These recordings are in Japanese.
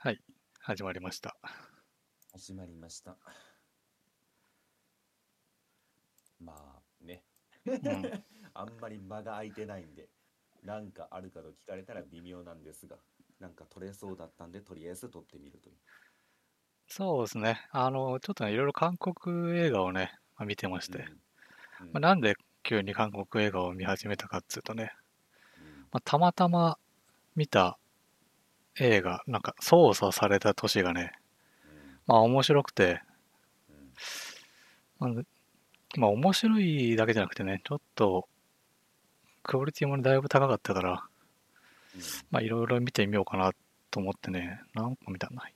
はい、始まりました。 始まりました。まあね。 うん。 あんまり間が空いてないんで、なんかあるかと聞かれたら微妙なんですが、なんか取れそうだったんで、とりあえず撮ってみるという。 そうですね。ちょっとね、いろいろ韓国映画をね、見てまして、 うん、うん、 なんで急に韓国映画を見始めたかっつうとね、 うん、 たまたま見た映画、なんか操作された都市がね、 うん、 面白くて、 うん、 まあ、面白いだけじゃなくてね、ちょっとクオリティもねだいぶ高かったから、 うん。 いろいろ見てみようかなと思ってね、何個見たんだ？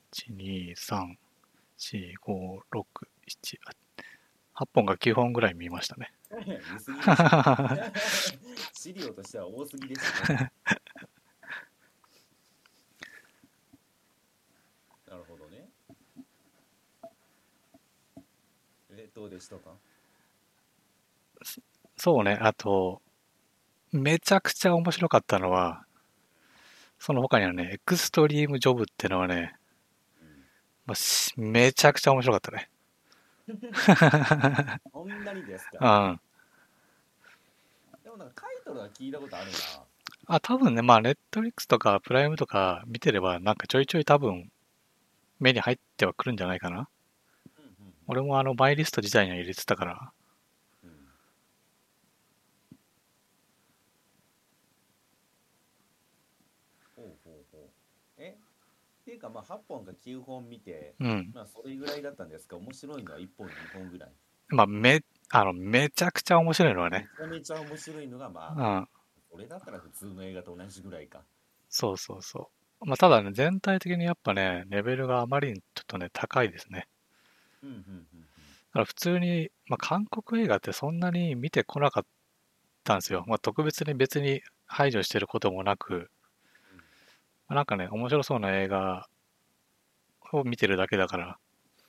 1、2、3、4、5、6、7、8本か9本ぐらい見ましたね。 見すぎでしょ。資料としては多すぎでしょ。なるほどね。どうでしたか？ そうね、あと、めちゃくちゃ面白かったのは、その他にはね、エクストリームジョブってのはね、 うん。 めちゃくちゃ面白かったね。 そんなにですか？ うん。 でもなんかタイトルは聞いたことあるな。 多分ね、ネットフリックスとかプライムとか見てれば、なんかちょいちょい多分目に入ってはくるんじゃないかな。 うん、うん、 俺もマイリスト自体には入れてたから。 うん。うん。ほうほうほう。っていうか、まあ、8本か9本見て、 うん。 まあ、それぐらいだったんですか？面白いのは1本、2本ぐらい。 まあ、め、めちゃくちゃ面白いのはね。 めちゃめちゃ面白いのが、まあ、 うん。 それだったら普通の映画と同じぐらいか。 そうそうそう。ただね、全体的にやっぱね、レベルがあまりにちょっとね、高いですね。 うん、うん、うん、 だから普通に、韓国映画ってそんなに見てこなかったんですよ。特別に別に排除してることもなく、 うん。 なんかね、面白そうな映画を見てるだけだから。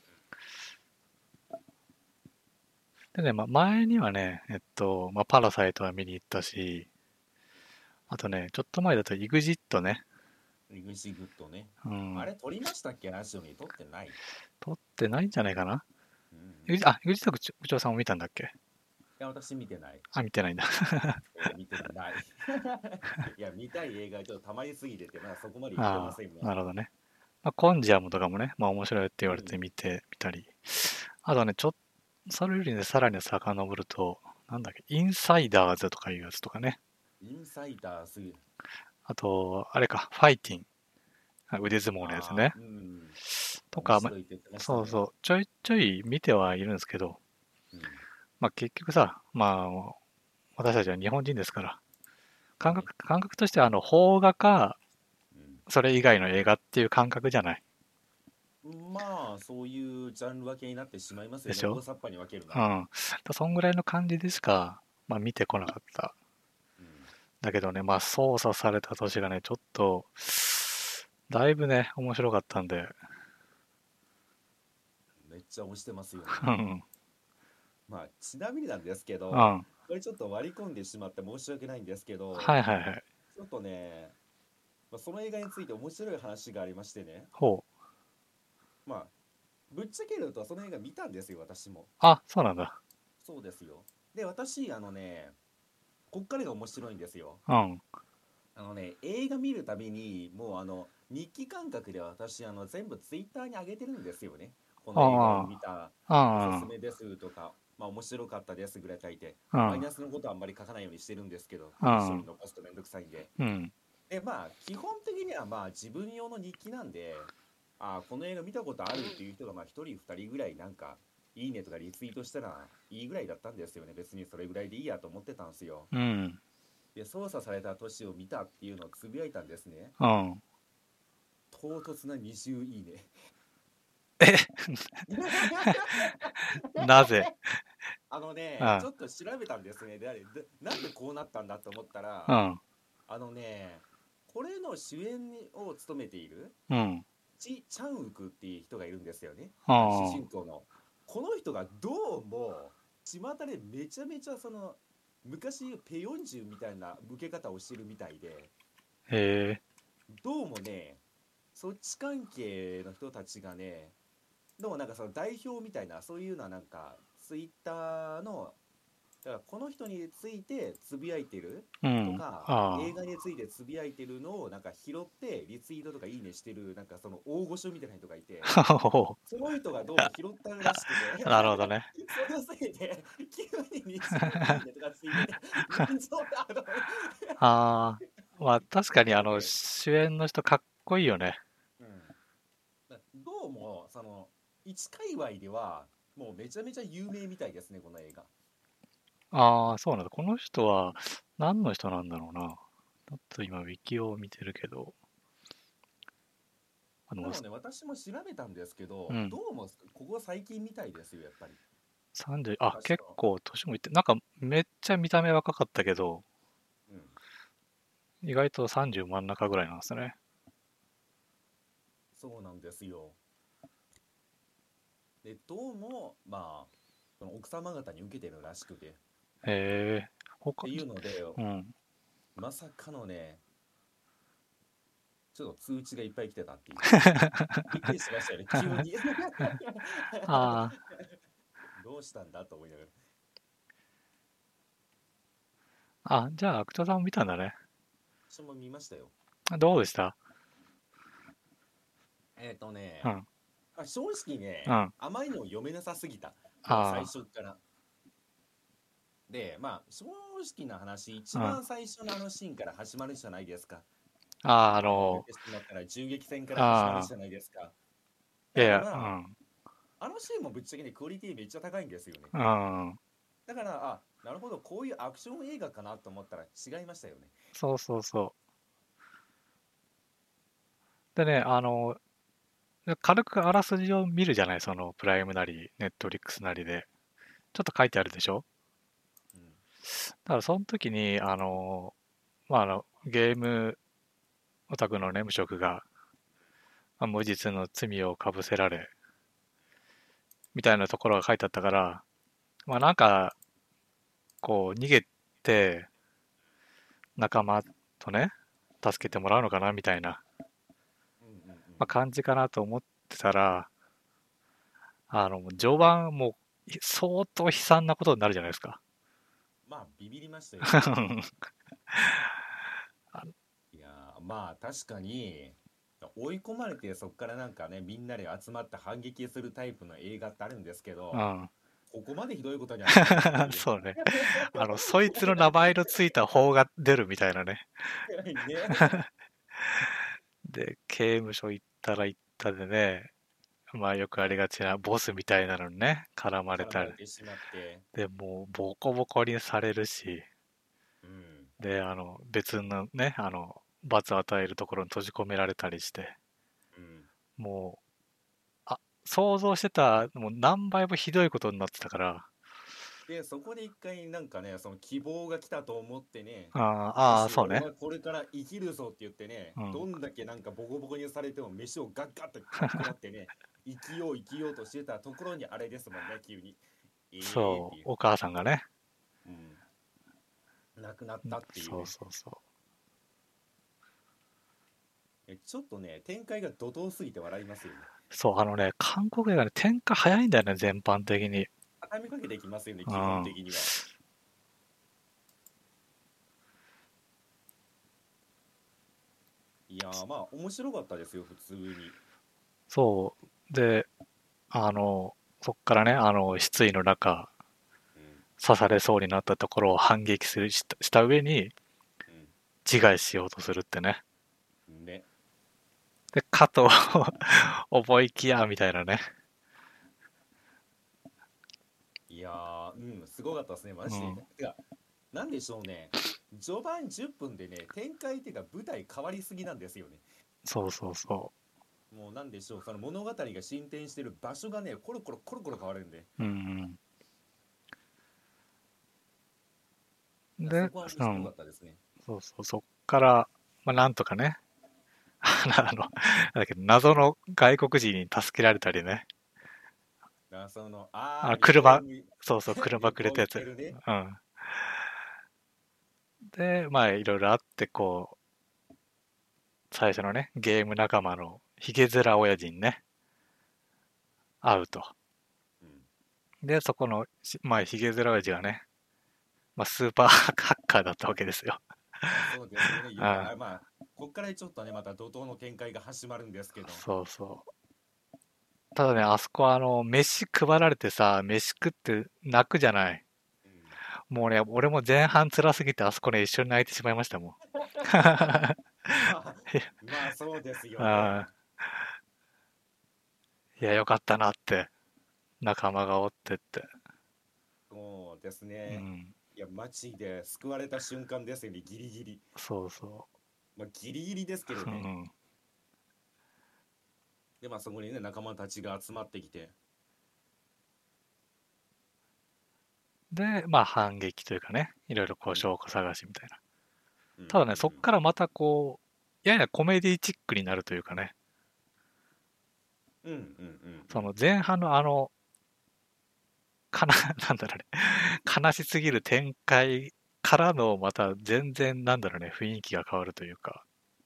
でね、前にはね、パラサイトは見に行ったし、あとね、ちょっと前だと EXIT ね。 イグシグッドね。 うん。 あれ、撮りましたっけ？ラジオに撮ってない。 撮ってないんじゃないかな。 うん、うん。 EXIT 部長さんも見たんだっけ？ いや、私見てない。 見てないんだ。 そう、見てない。いや、見たい映画ちょっと溜まりすぎてて、まだそこまで行ってまあせん、まあ、なだ。 るほどね。コンジアムとかもね、面白いって言われてうん。 見てみたり。あとね、それよりね、さらに遡ると、なんだっけ、インサイダーズとかいうやつとかね。 インサイダーすぎ。 あと、あれか、ファイティン。腕相撲のやつね。 ああ、うん。 とか、 面白いって言ってましたね。 そうそう、ちょいちょい見てはいるんですけど、 うん。 結局さ、私たちは日本人ですから、 まあね。 感覚としては邦画か、 うん。 それ以外の映画っていう感覚じゃないまあ、そういうジャンル分けになってしまいますよね。 でしょ？ 大雑把に分けるなら。 うん。そんぐらいの感じでしか、見てこなかった。 うん。 だけどね、操作された年がね、ちょっと、だいぶね、面白かったんで、 めっちゃ押してますよね。 うん、 まあ、ちなみになんですけど、 うん。 これちょっと割り込んでしまって申し訳ないんですけど、 はいはいはい。 ちょっとね、まあ、その映画について面白い話がありましてね。 ほう。 まあ、ぶっちゃけるとその映画見たんですよ、私も。 そうなんだ。 そうですよ。で、私、こっからが面白いんですよ。 うん。 映画見るたびに、もう日記感覚で私、全部ツイッターに上げてるんですよね。この映画をあ見た、おすすあ、 めですとか、まあ面白かったですぐらい書いて、 うん、うん、 マイナスのことはあんまり書かないようにしてるんですけど、文章にうん、 残すとめんどくさいんで。 うん、 で、まあ、基本的にはまあ自分用の日記なんで、この映画見たことあるっていう人がまあ1人2人ぐらいなんか、いいねとかリツイートしたらいいぐらいだったんですよね。別にそれぐらいでいいやと思ってたんですよ。 うん、 で、操作された都市を見たっていうのをつぶやいたんですね。 うん。 唐突な20いいね。 なぜ？ ちうん、 ょっと調べたんですね。なんでこうなったんだと思ったら、 うん、 あのね、これの主演を務めているうん、 チャンウクっていう人がいるんですよね。主うん。 人公の。この人がどうも、巷でめちゃめちゃ昔ペヨンジュンみたいな受け方をしてるみたいで、 へえ、 どうもね、 そっち関係の人たちがね、でもなんかその代表みたいな、そういうのはなんか、ツイッターの、だからこの人についてつぶやいてるうん。 とか、映あ画についてつぶやいてるのをなんか拾って、リツイートとかいいねしてる、なんかその大御所みたいな人がいて、 あ。 その人がどうも拾ったらしくてなるほどね。 そのせいで、急に20万いいねとかついてて、なんぞだと思ってああ。まあ確かにで、 主演の人かっこいいよね。 うん、どうも、その、一界隈では、もうめちゃめちゃ有名みたいですね、この映画。 ああ、そうなんだ。この人は何の人なんだろうな。ちょっと今、ウィキを見てるけど、あの、 でもね、私も調べたんですけど、 うん。 どうもここ最近みたいですよ、やっぱり。 30、あ、結確か。 構年もいって、なんかめっちゃ見た目若かったけど、 うん。 意外と30真ん中ぐらいなんですね。 そうなんですよ。で、どうも、まあ、その奥様方に受けてるらしくて。っへえ、他、 ていうので、 うん。 まさかのね、ちょっと通知がいっぱい来てたっていう。びっくりしましたよね、急に。 あどうしたんだと思いながら。 あ、あ、じゃあ、アクトさんも見たんだね。 私も見ましたよ。 どうでした？ ね、 うん、 正直ね、 うん。 あまりにも読めなさすぎた。もう最あ初から。で、まあ、正直な話、一あ、うん。 番最初のあのシーンから始まるじゃないですか。 ああ、 言ってしまったら銃撃戦から始まるああ、 じゃないですか。 いやいや、 だから、あのシーンもぶっちゃけね、クオリティめっちゃ高いんですよね。 うん、うん。 だから、あ、なるほど、こういうアクション映画かなと思ったら違いましたよね。 そうそうそう。でね、軽くあらすじを見るじゃない、そのプライムなり、ネットフリックスなりで。ちょっと書いてあるでしょ？ うん。 だからその時に、まあ、ゲームオタクのね、無職が、まあ無実の罪をかぶせられ、みたいなところが書いてあったから、まあなんか、こう、逃げて、仲間とね、助けてもらうのかな、みたいな、 うんうんうん。 まあ、感じかなと思ってたら、序盤、もう、相当悲惨なことになるじゃないですか。 まあ、ビビりましたよね。 あいやー、まあ、確かに、追い込まれてそこからなんかね、みんなで集まって反撃するタイプの映画ってあるんですけど、 うん。 ここまでひどいことにはならないっていう。 そうね。そいつの名前のついた方が出るみたいなね。 ね。 で、刑務所行ったら行ったでね、まあよくありがちなボスみたいなのにね、絡まれ絡またり。 れてしまって、 で、もうボコボコにされるし、 うん。 で、別のね、罰を与えるところに閉じ込められたりして、 うん。 もう、想像してた、もう何倍もひどいことになってたから、 で、そこで一回なんかね、その希望が来たと思ってね、よし、 そうね。 俺はこれから生きるぞって言ってね、 うん。 どんだけなんかボコボコにされても飯をガッガッと食らってね、生きようとしてたところにあれですもんね、急に。ってそう、 いう。 お母さんがね、 うん。亡くなったっていうそうね。 そうそちょっとね、展開が怒涛すぎて笑いますよね。 う。そう、韓国映画ね、展開早いんだよね、全般的に。 畳みかけていきますよね、基本うん。 的には。いやー、まあ、面白かったですよ、普通に。 そう。で、そっからね、失意の中、 うん。 刺されそうになったところを反撃した上に、 う自害しようとするってね。 ん。ね。 で、かと思いきや、みたいなね。 いやー、うん、すごかったですね、マジで。 うん。 てか、なんでしょうね。序盤10分でね、展開っていうか舞台変わりすぎなんですよね。 そうそうそもうなんでしょう、その物語が進展してる場所がね、コロコロコロコロ変わるんで、 う。うん。で、 そこは面白かうん。 ったですね。 そっから、まあ、なんとかね、なんだけど、謎の外国人に助けられたりね。 旅行車、 に、 そうそう、車旅行行っくれたやつ。 てるね。 うん。で、まあ、いろいろあって、こう、最初のね、ゲーム仲間のヒゲ面親父にね、会うと。で、そこの、まあ、ヒゲ面親父がね、まあ、スーパーハッカーだったわけですよ。 まあそうですよね、言うたあら、まあ、こっからちょっとね、また怒涛の展開が始まるんですけど。 そうそう。ただね、あそこは飯配られてさ、飯食って泣くじゃない。 うん、 もうね、俺も前半辛すぎてあそこね、一緒に泣いてしまいましたもん。 まあ、まあそうですよね。 あいや、よかったなって。仲間がおってって。 そうですね。 うん。 いや、マジで救われた瞬間ですよね、ギリギリ。 そうそまあ、ギリギリですけどう。うね。 ん。 で、まあそこにね、仲間たちが集まってきて。 で、まあ反撃というかね、いろいろこううん、 証拠探しみたいな。 うん、うん、 ただね、そっからまたこう、ややコメディチックになるというかね、 うん、うん、うん、うん。 その前半のなんだろうね、悲しすぎる展開からのまた全然なんだろうね、雰囲気が変わるというか、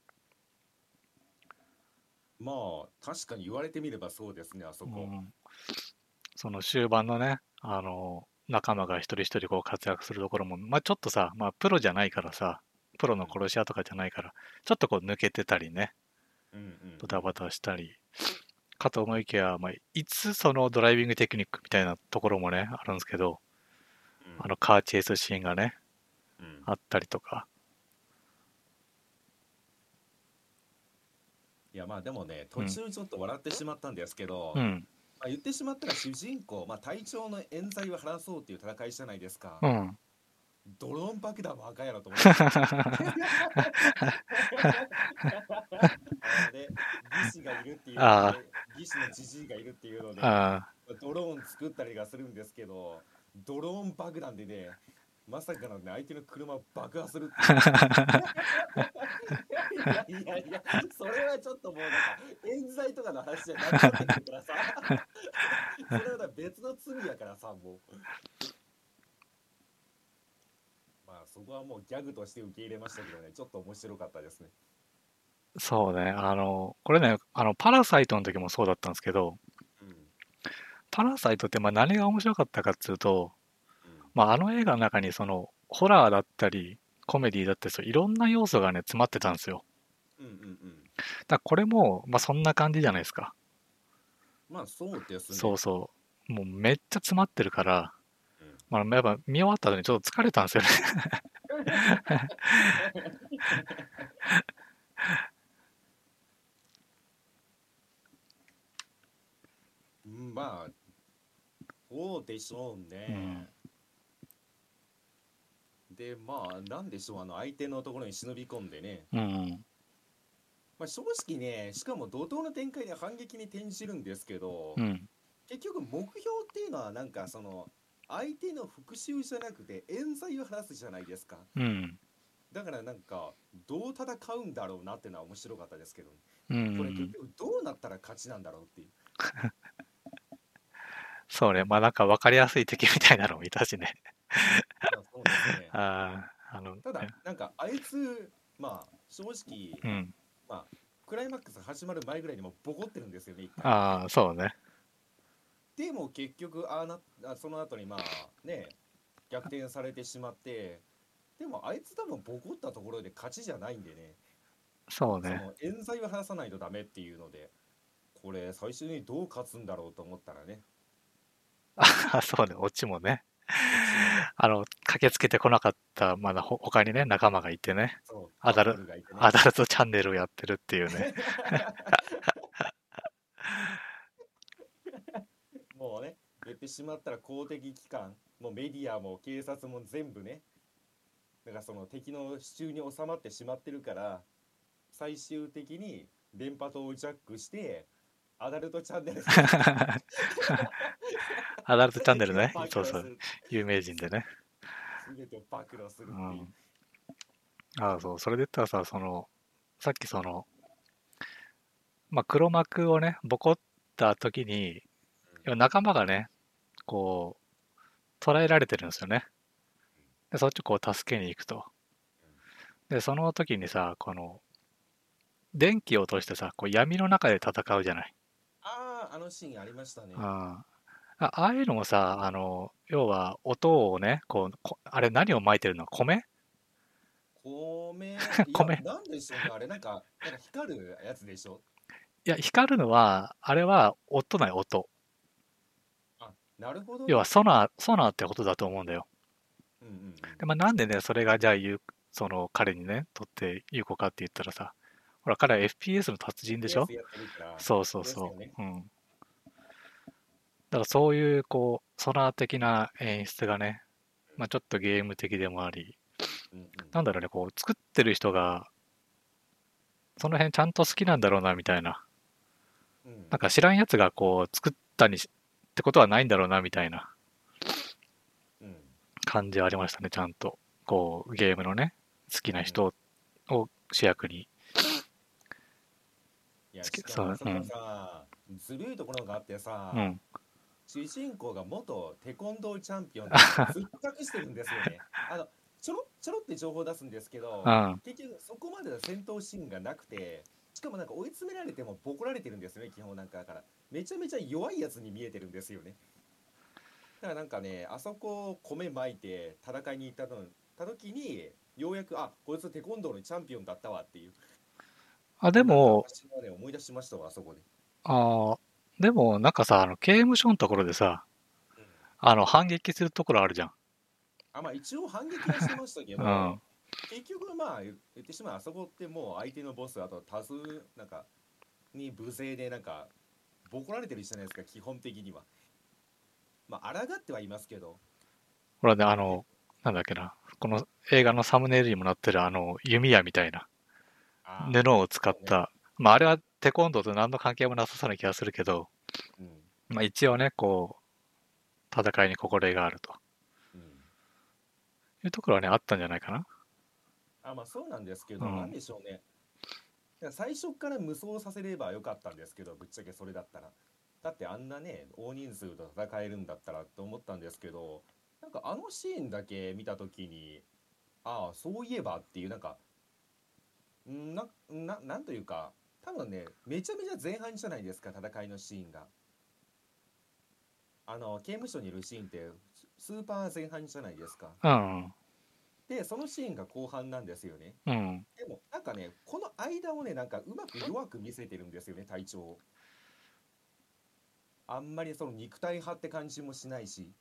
まあ、確かに言われてみればそうですね、あそこ。 うん、その終盤のね、仲間が一人一人こう活躍するところも、まあちょっとさ、まあプロじゃないからさ、プロのうん、 殺し屋とかじゃないから、ちょっとこう抜けてたりね、 うん、うん、 ドタバタしたり、かと思いきや、まあ、いつそのドライビングテクニックみたいなところもね、あるんですけど、 うん、 カーチェイスシーンがね、 うん。 あったりとか、 いや、まあでもね、途うん、 中ちょっと笑ってしまったんですけど、 うん、 まあ、言ってしまったら主人公、まあ、隊長の冤罪を晴らそうっていう戦いじゃないですか。 うん。 ドローン爆弾も赤やろと思いましたよ。ね、技師がいるっていう、 あね、技師のじじいがいるっていうので、 あ、 ドローン作ったりがするんですけど、ドローン爆弾でね、まさかのね、相手の車を爆破するっていうね。いやいやいや、それはちょっともうなんか、冤罪とかの話じゃなくなってくるからさ、それは別の罪やからさ、もう。まあ、そこはもうギャグとして受け入れましたけどね、ちょっと面白かったですね。 そうね。これね、パラサイトの時もそうだったんですけど、 うん。 パラサイトってまあ何が面白かったかっていうと、 うん。 まあ、あの映画の中にその、ホラーだったり、コメディだったり、そういろんな要素がね、詰まってたんですよ。 うんうんうん。 だからこれも、まあそんな感じじゃないですか。 まあ、そうですね。 そうそう。もうめっちゃ詰まってるから、 うん。 まあやっぱ見終わった後にちょっと疲れたんですよね。 うんまあ、そうでしょううん。 ね。で、まあ、なんでしょう、相手のところに忍び込んでね。 うん。 まあ、正直ね、しかも怒涛の展開で反撃に転じるんですけど、 うん。 結局目標っていうのはなんか相手の復讐じゃなくて冤罪を晴らすじゃないですか。 うん。 だからなんか、どう戦うんだろうなっていうのは面白かったですけど、 うこれ結ん。 局どうなったら勝ちなんだろうっていう。 そうね。まあなんか分かりやすい敵みたいなのもいたしね。 まあそうですね。 ああ、 ただ、なんかあいつ、まあ正直、 うん。 まあクライマックス始まる前ぐらいにもうボコってるんですよね、一回。 ああ、そうね。 でも結局、その後にまあね、逆転されてしまって、でもあいつ多分ボコったところで勝ちじゃないんでね、 そうね。 その冤罪を晴らさないとダメっていうので、これ最終にどう勝つんだろうと思ったらね、 あそうね。オチもね。 こっちもね、 駆けつけてこなかった、まだ他にね、仲間がいてね。 そう、カッアダル、 プルがいてね。 アダルトチャンネルをやってるっていうね。 もうね、言ってしまったら公的機関、もうメディアも警察も全部ね、だからその敵の手中に収まってしまってるから、最終的に電波塔をジャックして、アダルトチャンネルでアダルトチャンネル全てをね。そうそう。 暴露する。 有名人でね。 全てを暴露するっていう。 うん。ああ、そう。それで言ったらさ、さっきまあ、黒幕をね、ボコった時に、仲間がね、こう、捕らえられてるんですよね。で、そっちこう助けに行くと。で、その時にさ、 電気を通してさ、こう闇の中で戦うじゃない。 ああ、あのシーンありましたね。 あああいうのもさ、要は音をね、あれ何を撒いてるの？米？ 米、いや、 米。 なんでしょうね、あれ、なんか光るやつでしょ。 いや、光るのは、あれは音ない音。 あ、なるほど要はね。 ソナーってことだと思うんだよ。 うんうんうん。 で、まあ、なんでね、それがじゃあ彼にね、とって有効かって言ったらさ、ほら、彼は FPS の達人でしょ？ FPS やってるからそうそうそですよね。 う。うん。だからそういう、ソナー的な演出がね、まあ、ちょっとゲーム的でもあり、 うんうん。 なんだろうね、作ってる人が、その辺ちゃんと好きなんだろうな、みたいな。 うんなんか知らんやつが作ったってことはないんだろうな、みたいなうん。 感じはありましたね、ちゃんと。ゲームのね、好きなうん。 人を主役にいや、 つけ、 しかそう、 もあそこうん、 さ、ずるいところがあってさ、 うん。 主人公が元テコンドーチャンピオンっていうのをずっと隠してるんですよね。ちょろって情報を出すんですけど、 うん。 結局そこまでの戦闘シーンがなくて、しかもなんか追い詰められてもボコられてるんですよね、基本なんかだから。めちゃめちゃ弱いやつに見えてるんですよね。だからなんかね、あそこ米巻いて戦いに行った時に、ようやく、あ、こいつテコンドーのチャンピオンだったわっていうあ、でのなんかも、 私はね、思い出しましたわ、あそこで。 あでも、なんかさ、刑務所のところでさ、 うん。 反撃するところあるじゃん。 あ、まあ一応反撃はしてましたけうん。 ど、結局まあ言ってしまうあそこってもう相手のボス、あと多数なんかに無勢でなんかボコられてるじゃないですか、基本的には。まあ抗ってはいますけど、 ほらね、 ね。 なんだっけな。この映画のサムネイルにもなってる弓矢みたいなああ、 布を使っそうね。 た。まあ、あれはテコンドーと何の関係もなさそうな気がするけど、 うん。 まあ一応ね、戦いに心得があるとうん。 いうところはね、あったんじゃないかな。 あ、まあそうなんですけど、なんうん。 でしょうね。だから最初から無双させればよかったんですけど、ぶっちゃけそれだったら。だってあんなね、大人数と戦えるんだったらと思ったんですけど、なんかあのシーンだけ見たときに、ああ、そういえばっていう、なんか、なんというか、多分ね、めちゃめちゃ前半じゃないですか、戦いのシーンが。刑務所にいるシーンって、スーパー前半じゃないですか。 うん。 で、そのシーンが後半なんですよね。 うん。 でも、なんかね、この間をね、なんかうまく弱く見せてるんですよね、体調を。あんまりその肉体派って感じもしないし、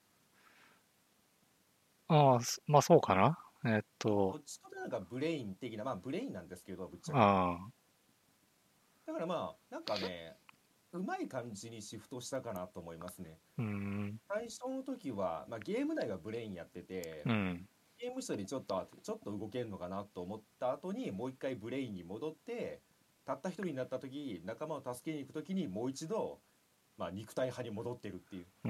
ああ、まあそうかな。 どっちかというとなんかブレイン的な、まあブレインなんですけど、ぶっちゃけ。 ああ、 だからまあ、なんかね、うまい感じにシフトしたかなと思いますね。 うん、 最初の時は、まあ、ゲーム内がブレインやってて、 うん。 ゲーム室にちょっと動けるのかなと思った後にもう一回ブレインに戻って、たった一人になった時、仲間を助けに行く時にもう一度、まあ、肉体派に戻ってるっていう。 うん。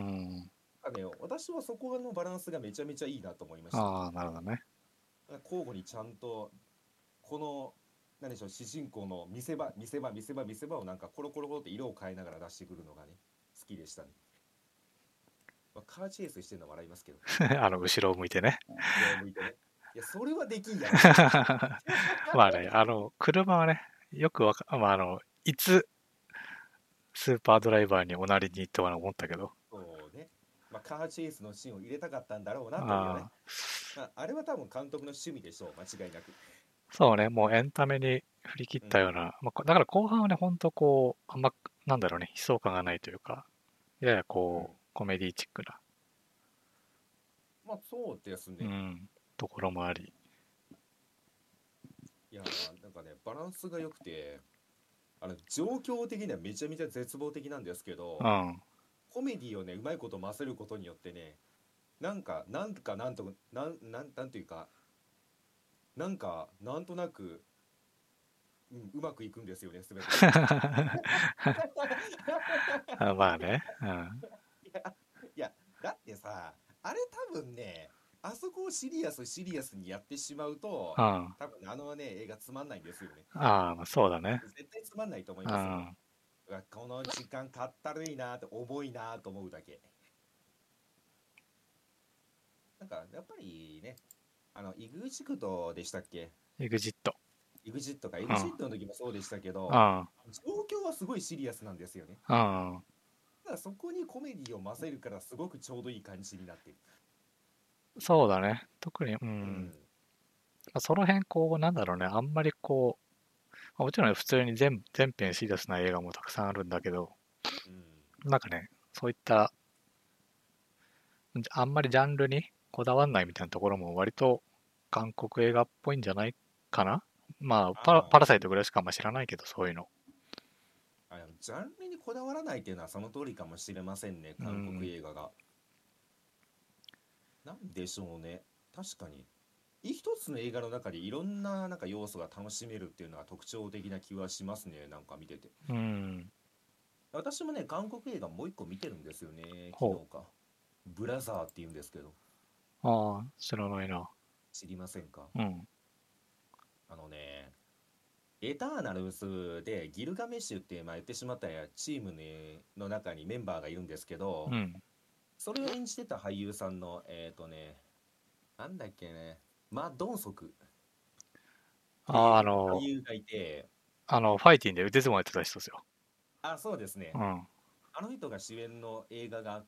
なんかね、私はそこのバランスがめちゃめちゃいいなと思いました。 ああ、なるほどね。 交互にちゃんとこの何でしょう、主人公の見せ場をなんかコロコロコロって色を変えながら出してくるのがね、好きでしたね。まあ、カーチェイスしてるのは笑いますけど、 後ろを向いてね。 後ろを向いてね。いや、それはできんやろっていう。 まあね、車はね、よくまあいつスーパードライバーにおなりにとは思ったけど。 そうね。まあ、カーチェイスのシーンを入れたかったんだろうなというね。 ああ、 まあ、あれは多分監督の趣味でしょう、間違いなく。 そうね、もうエンタメに振り切っうん。 たような、まあ、だから後半はね、ほんとあんま、なんだろうね、悲壮感がないというか、ややうん。 コメディチックな、 まあ、そうですね。 うん、ところもあり。 いやー、なんかね、バランスが良くて、状況的にはめちゃめちゃ絶望的なんですけど、 うん。 コメディをね、うまいこと混ぜることによってね、なんというか、なんとなく、うまくいくんですよね、すべてが。 あまあね、うん。 いや、いや、だってさ、あれ多分ね、あそこをシリアスにやってしまうと、 うん。 多分ねあのね、映画つまんないんですよね。 ああ、まあそうだね。 絶対つまんないと思いますもん。 うん。 うわこの時間かったるいなーって重いなーと思うだけ。なんか、やっぱりね、イグジクトでしたっけ？ エグジット。 エグジットか、エうん。 グジットの時もそうでしたけど、 うん。 状況はすごいシリアスなんですよね。 うん。 だからそこにコメディを混ぜるからすごくちょうどいい感じになってる。 そうだね。特に、 うん。 その辺、こう、なんだろうね。あんまりこう、もちろん普通に全編シリアスな映画もたくさんあるんだけど、 うん。 なんかね、そういった、あんまりジャンルにこだわんないみたいなところも割と韓国映画っぽいんじゃないかな。まあ、 ああ、 パラサイトぐらいしかあんま知らないけど、そういうの。 ジャンルにこだわらないっていうのはその通りかもしれませんね、 う韓国ん。 映画が。なんでしょうね。確かに。一つの映画の中でいろんな要素が楽しめるっていうのは特徴的な気はしますね、なんか見てて。 うん。 私もね、韓国映画もう一個見てるんですよね、昨ほう。 日か。ブラザーって言うんですけど、 ああ、知らないな。 知りませんか？ うん。 あのね、エターナルズでギルガメッシュって言ってしまったチームの中にメンバーがいるんですけど、 うん。 それを演じてた俳優さんの、なんだっけね、マ・ドンソクってああ、 いう俳優がいて、 ファイティンで腕相撲やってた人ですよ。 あ、そうですね。 うん。 あの人が主演の映画があって、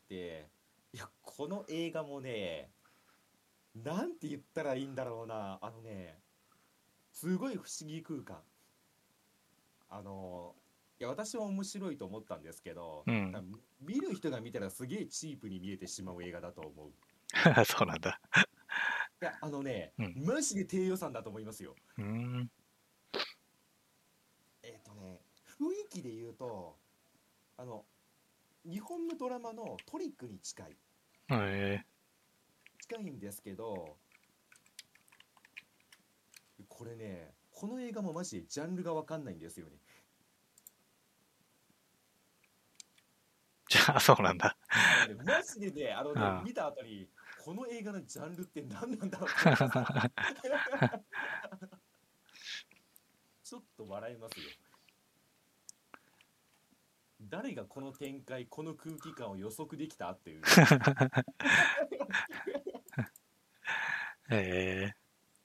いや、この映画もね、なんて言ったらいいんだろうな、すごい不思議空間。あの、いや、私は面白いと思ったんですけど、 うん。 見る人が見たらすげえチープに見えてしまう映画だと思う。いそうなんだ。 や、 うん。 マジで低予算だと思いますよ。 うん。 雰囲気で言うと、あの、日本のドラマのトリックにえ近いんですけど、これね、この映画もマジでジャンルがわかんないんですよね。 じゃあ、そうなんだ。 マジでね、 あ見た後に、この映画のジャンルって何なんだろうって思いますもん。ちょっと笑いますよ。誰がこの展開、この空気感を予測できたっていう。 え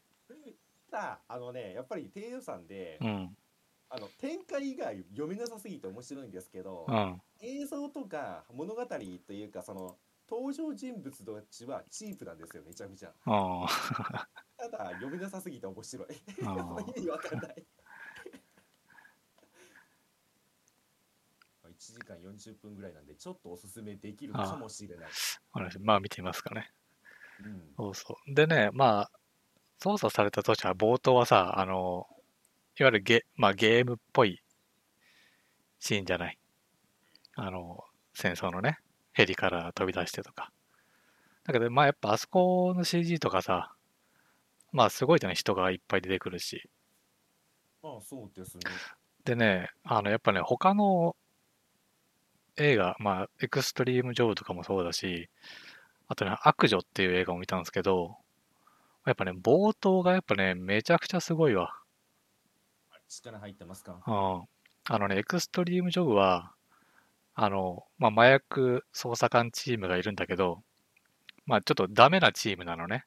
やっぱり低予算で、 うん。 展開が読めなさすぎて面白いんですけど、 うん。 映像とか物語というか、その、登場人物たちはチープなんですよ、めちゃめちゃ。 あただ、読めなさすぎて面白い。もうあ。 意味わかんない。1時間40分ぐらいなんで、ちょっとおすすめできるかあもしれない。 まあ見てみますかね。 うん。 そうそう。でね、まあ、操作された当初は冒頭はさ、いわゆるまあ、ゲームっぽいシーンじゃない。あの、戦争のね、ヘリから飛び出してとか。だけど、まあやっぱあそこの CG とかさ、まあすごいじゃない、人がいっぱい出てくるし。 ああ、そうですね。 でね、やっぱね、他の映画、まあ、エクストリーム・ジョブとかもそうだし、あとね、悪女っていう映画を見たんですけど、やっぱね、冒頭がやっぱね、めちゃくちゃすごいわ。 力入ってますか？ うん。エクストリーム・ジョブは、まあ、麻薬捜査官チームがいるんだけど、まあ、ちょっとダメなチームなのね。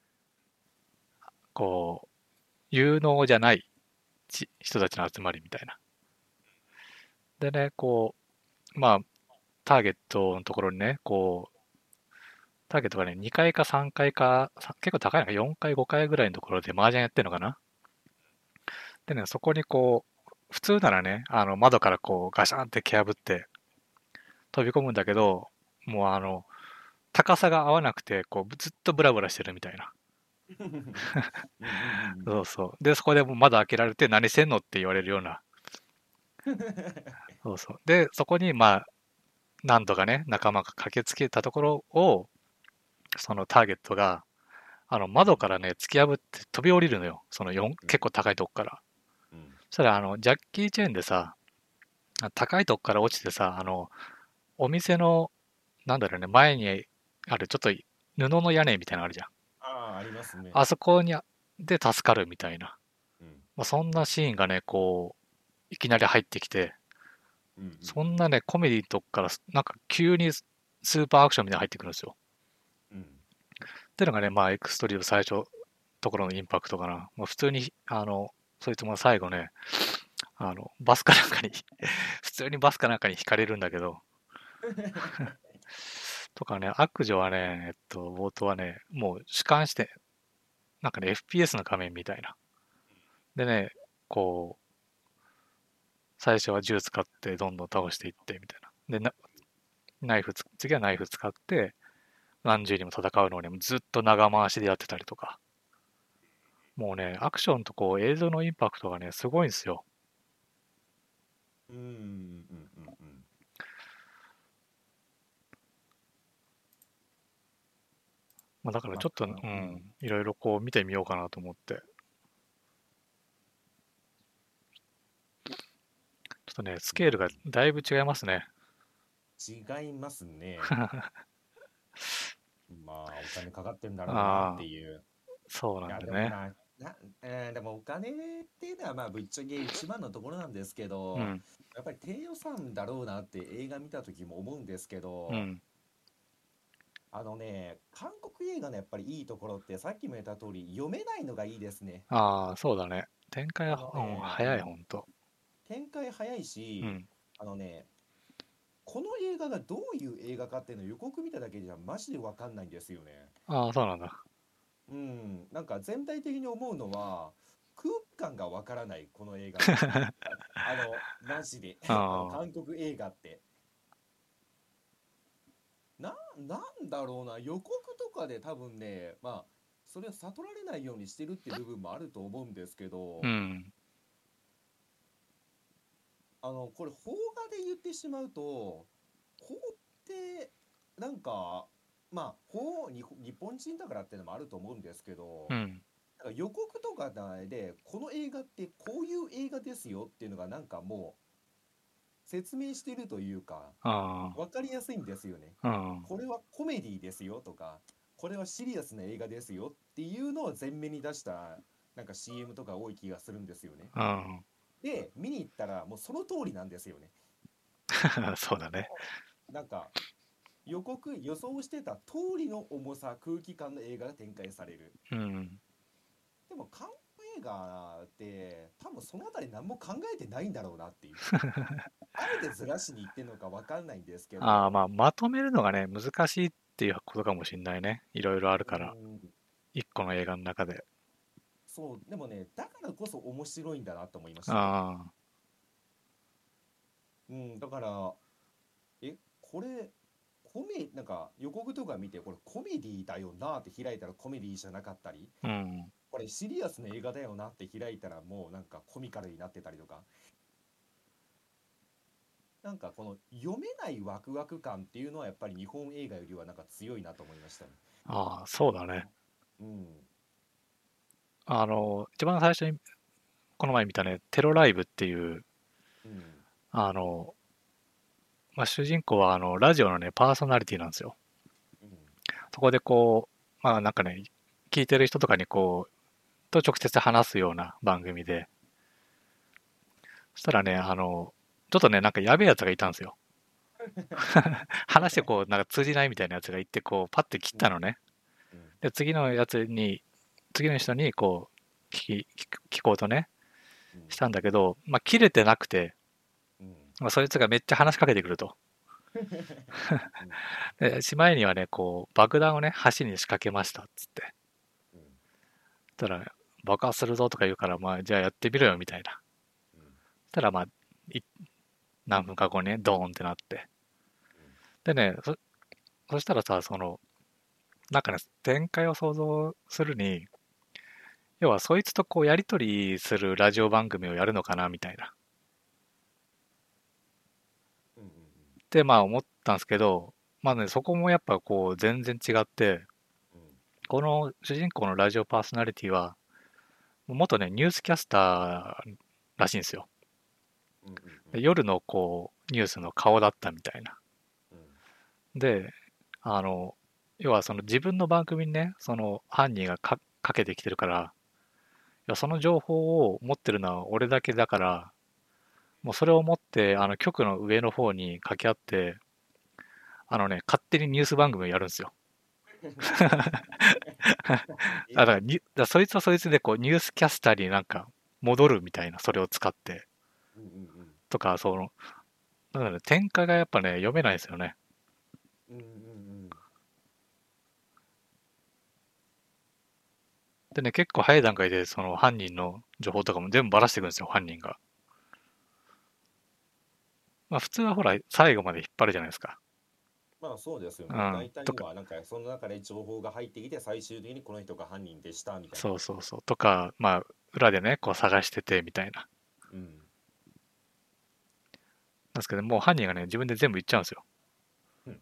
こう、有能じゃない人たちの集まりみたいな。でね、こう、まあ、ターゲットのところにね、こう、ターゲットがね、2階か3階か、結構高いのか4階、5階ぐらいのところで麻雀やってるのかな。でね、そこにこう、普通ならね、窓からこう、ガシャンって蹴破って飛び込むんだけど、もう高さが合わなくて、こう、ずっとブラブラしてるみたいな。 うんうんうんそうそう。で、そこでもう窓開けられて何してんのって言われるような。 うん。 そうそう。で、そこに、まあ、何度かね、仲間が駆けつけたところを、そのターゲットが、窓からね、突き破って飛び降りるのよ。その結構高いとこから。 うん。 そしたら、ジャッキー・チェーンでさ、高いとこから落ちてさ、お店の、なんだろうね、前にあるちょっと布の屋根みたいなのあるじゃん。 ああ、ありますね。 あそこに、で助かるみたいな。 うん。 まあ、そんなシーンがね、こう、いきなり入ってきて、 うんうんそんなね、コメディのとこから、なんか急にスーパーアクションみたいなの入ってくるんですよ。 うん。 っていうのがね、まあ、エクストリーム最初、ところのインパクトかな。まあ、普通に、 そいつも最後ね、バスかなんかに普通にバスかなんかに引かれるんだけど、とかね、悪女はね、冒頭はね、もう主観して、なんかね、FPS の画面みたいな。でね、こう、最初は銃使ってどんどん倒していってみたいな。で、次はナイフ使って何十人も戦うのをね、ずっと長回しでやってたりとか。もうね、アクションとこう映像のインパクトがね、すごいんですよ。 うんうんうんうん。 まあ、だからちょっと、 うん。 いろいろこう見てみようかなと思って。ちょっとね、スケールがだいぶ違いますね。 違いますね。まあ、お金かかってるんだろうなっああ、 ていう。 そういや、 なんでね。 でもお金っていうのはまあぶっちゃけ一番のところなんですけど、 うん、 やっぱり低予算だろうなって映画見た時も思うんですけど、 うん。 韓国映画のやっぱりいいところってさっきも言った通り読めないのがいいですね。 ああ、そうだね。展開は、早い、 うん、 ほんと。 展開早いし、 うん。 あのね、この映画がどういう映画かっていうのを予告見ただけじゃマジでわかんないんですよね。 ああ、そうなんだ。 うん、なんか全体的に思うのは空気感がわからないこの映画の。マジであ韓国映画ってなんだろうな、予告とかで多分ね、まあそれを悟られないようにしてるって部分もあると思うんですけあ、うど、 ん。 これ邦画で言ってしまうと、邦ってなんかまあ日本人だからっていうのもあると思うんですけど、 うん。 なんか予告とかでこの映画ってこういう映画ですよっていうのがなんかもう説明してるというかあ分かりやすいんですよね。 あ、うん。 これはコメディですよとか、これはシリアスな映画ですよっていうのを前面に出したなんか CM とか多い気がするんですよね。 うん。 で見に行ったらもうその通りなんですよね。 そうだね。 なんか予想してた通りの重さ空気感の映画が展開される。 うん。 でも韓国映画って多分そのあたり何も考えてないんだろうなっていう。あえてずらしに行ってんのか分かんないんですけああ、 ど、 まあ、まとめるのがね、難しいっていうことかもしんないね。いろいろあるうから。 ん、 一個の映画の中で。 そう、でもね、だからこそ面白いんだなと思いました。 ああ、 うん、だから、これ、なんか予告とか見て、これコメディだよなって開いたらコメディじゃなかったり、 うん。 これシリアスな映画だよなって開いたらもうなんかコミカルになってたりとか、なんかこの読めないワクワク感っていうのはやっぱり日本映画よりはなんか強いなと思いましたね。 ああ、そうだね。 うん。 一番最初に、この前見たね、テロライブっていう、 うん。 あの、まあ、主人公は、ラジオのね、パーソナリティなんですよ。 うん。 そこでこう、まあなんかね、聞いてる人とかにこう、と直接話すような番組で、そしたらね、ちょっとね、なんかやべえやつがいたんですよ。話してこう、なんか通じないみたいなやつがいて、こう、パッて切っうん。 たのね。 うん。 で、次の人にこう、聞こうとね、 うん。 したんだけど、まあ、切れてなくて、 うん。 まあ、そいつがめっちゃ話しかけてくると。 うん。 で、しまいにはね、こう、爆弾をね、橋に仕掛けましたっつって。 うん。 そしたら、爆発するぞとか言うから、まあ、じゃあやってみろよみたいな。 うん。 そしたら、まあ、何分か後にね、ドーンってなって。でね、そしたらさ、なんかね、展開を想像するに、要はそいつとこうやりとりするラジオ番組をやるのかなみたいな。 うん。うん。 ってまあ思ったんですけど、まあね、そこもやっぱこう全然違って、 うん。 この主人公のラジオパーソナリティは、元ね、ニュースキャスターらしいんですよ。 うん。うん。 で夜のこう、ニュースの顔だったみたいな。 うん。 で、あの、要はその自分の番組にね、その犯人がかけてきてるから、いやその情報を持ってるのは俺だけだから、もうそれを持って、局の上の方に掛け合って、勝手にニュース番組をやるんですよ。だからそいつはそいつでこう、ニュースキャスターになんか、 戻るみたいな、それを使ってうんうんとか、なんだろう、展開がやっぱね、読めないですよね。 うんうんうんでね、結構早い段階でその犯人の情報とかも全部ばらしていくんですよ、犯人が。まあ普通はほら、最後まで引っ張るじゃないですか。 まあそうですよね。 うん。 大体とか、 はなんかその中で情報が入ってきて最終的にこの人が犯人でしたみたいな。 そうそうそう。とか、まあ、裏でね、こう探しててみたいな。 うん。 なんですけど、もう犯人がね、自分で全部言っちゃうんですよ。 うん。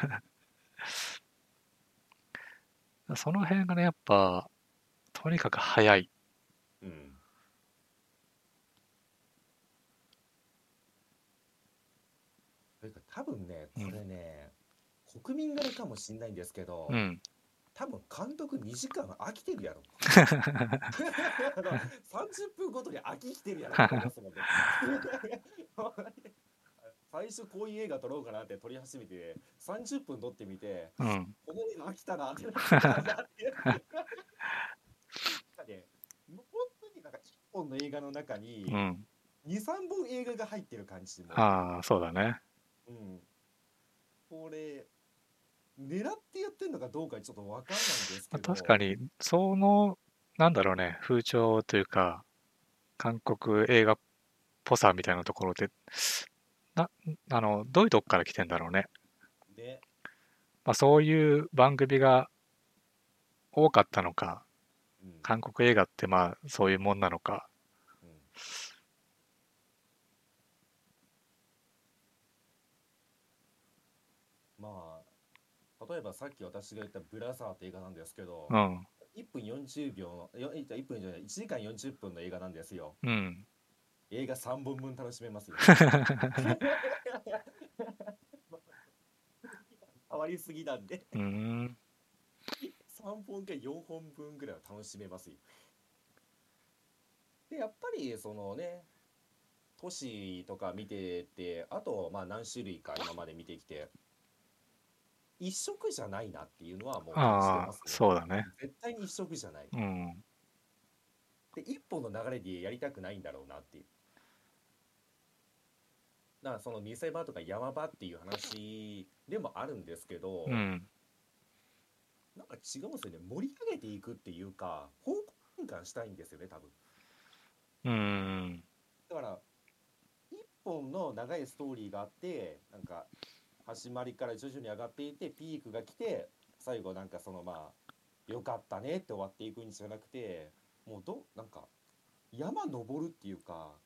その辺がね、やっぱ、とにかく早い。 うん。というか多分ね、こうん。 れね、国民柄かもしんないんですけど、 うん。 多分監督2時間飽きてるやろ。30分ごとに飽ききてるやろと思いますもんね。最初こういう映画撮ろうかなって撮り始めて30分撮ってみて、 うん。 この映画飽きたなってなったんだって。なんかね、本当になんか1本の映画の中にうん。 2、3本映画が入ってる感じも。 ああ、そうだね。 うん。これ、狙ってやってんのかどうかちょっとわかんないんですまあ、 けど、 確かに、なんだろうね、風潮というか、韓国映画っぽさみたいなところで、な、どういうとこから来てんだろうね。 ね、 まあ、そういう番組が多かったのか、 うん、 韓国映画ってまあ、そういうもんなのか。 うん。まあ、例えばさっき私が言ったブラザーって映画なんですけど、 うん。 1分40秒の、1分じゃない、1時間40分の映画なんですよ。 うん。 映画3本分楽しめますよ。変わりすぎなんでうーん。 3本か4本分ぐらいは楽しめますよ。で、やっぱりそのね、都市とか見てて、あとまあ何種類か今まで見てきて、一色じゃないなっていうのはもう感じてああ、 ますね。 そうだね。 絶対に一色じゃない。 うん。 で、一本の流れでやりたくないんだろうなっていう。だからその見せ場とか山場っていう話でもあるんですけど、 うん。 なんか違うんですよね。盛り上げていくっていうか、方向転換したいんですよね、多分。 うん。 だから、一本の長いストーリーがあって、なんか、始まりから徐々に上がっていて、ピークが来て、最後なんかそのまあ、よかったねって終わっていくんじゃなくて、もうなんか、山登るっていうか、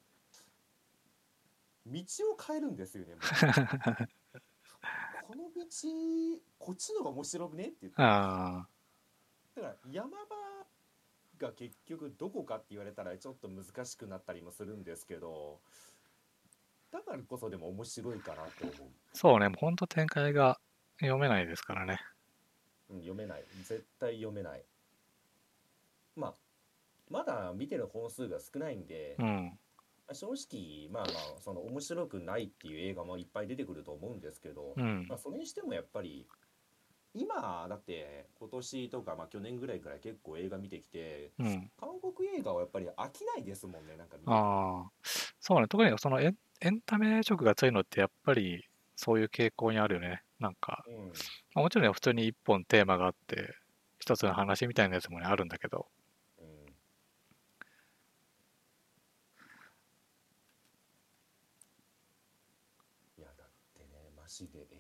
道を変えるんですよね、もう。この道、こっちの方が面白くねって言って。 ああ、 だから山場が結局どこかって言われたらちょっと難しくなったりもするんですけど、だからこそでも面白いかなって思う。 そうね。もうほんと展開が読めないですからね。 うん、読めない。絶対読めない。まあ、まだ見てる本数が少ないんで、 うん。 正直、まあまあ、その面白くないっていう映画もいっぱい出てくると思うんですけど、 うん。 まあ、それにしてもやっぱり、今、だって今年とか、まあ去年ぐらいから結構映画見てきて、 うん。 韓国映画はやっぱり飽きないですもんね、なんか見てて。 ああ、そうね。特にそのエンタメ色が強いのってやっぱりそういう傾向にあるよね。なんか、 うん。 まあ、もちろんね普通に一本テーマがあって、一つの話みたいなやつもね、あるんだけど。 うん。いや、だってね、マジで、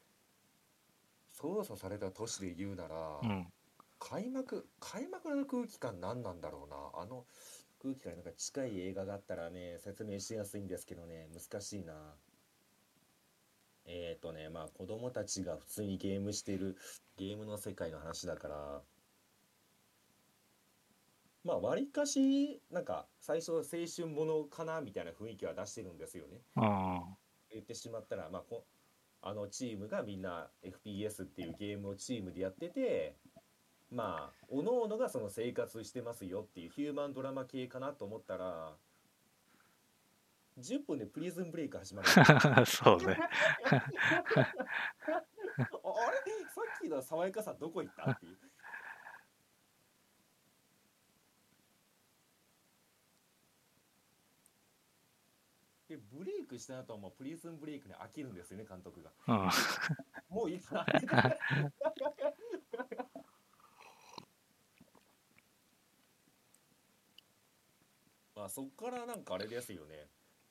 操作された都市で言うなら、 うん。 開幕の空気感何なんだろうな。あの空気感なんか近い映画があったらね、説明しやすいんですけどね、難しいな。まあ子供たちが普通にゲームしてるゲームの世界の話だから、まあ割かし、なんか最初青春ものかなみたいな雰囲気は出してるんですよね。 あ言ってしまったら、まああのチームがみんな FPS っていうゲームをチームでやってて、まあ、おのおのがその生活してますよっていうヒューマンドラマ系かなと思ったら、10分でプリズンブレイク始まるんですよ。 あ、そうね。 あれさっきの爽やかさどこ行ったっていう。 クした後もプリズンブレイクに飽きるんですよね、監督が。 うん。 もういいかな。まあそっからなんかあれですよね。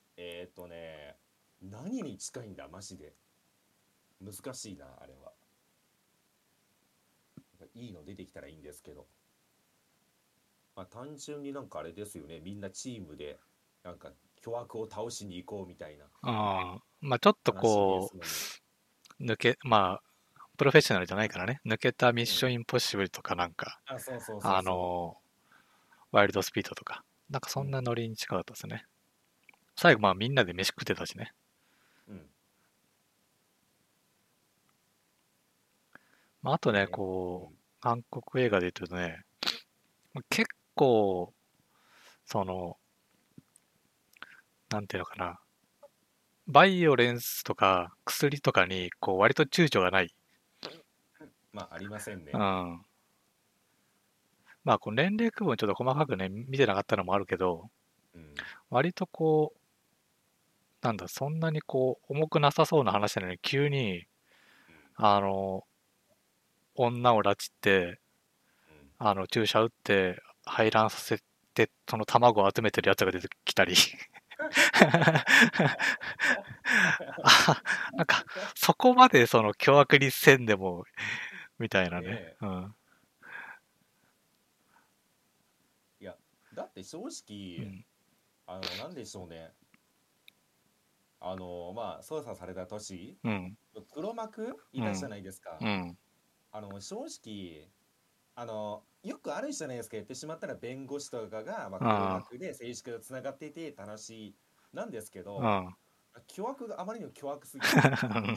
何に近いんだマジで。難しいなあれは。いいの出てきたらいいんですけど。まあ単純になんかあれですよね。みんなチームでなんか巨悪を倒しに行こうみたいなまあちょっと話でこすのに。 う、まあ、プロフェッショナルじゃないからね、抜けたミッうん。 ションインポッシブルとかなんか、 あ、そうそうそうあその、ワイルドスピードとか、なんかう。うん。 そんなノリに近かったですね。最後まあみんなで飯食ってたしね。 うん。 まああとね、 ね。うこう、 ん。 韓国映画で言うとね、結構、その、なんていうのかな、バイオレンスとか薬とかに、こう、割と躊躇がない。 まあありませんね。 うん。まあ、こう年齢区分ちょっと細かくね、見てなかったのもあるけど、 うん。 割とこう、なんだ、そんなにこう、重くなさそうな話なのに、急に、 うん。 あの、女を拉致って、 うん。 注射打って、排卵させて、その卵を集めてるやつが出てきたりあ、なんか、そこまでその凶悪にせんでも、みたいなね。 ねえ。 うん。 いや、だって正直、 うん。 なんでしょうね。まあ、捜査された年、 うん。 黒幕いたじゃうん。 ないですか。 うん。 正直、よくあるじゃないですか。言ってしまったら弁護士とかが、まあ、黒あ幕で政治家とつながっていて楽しいなんですけど、 あ。 巨悪があまりにも巨悪すぎて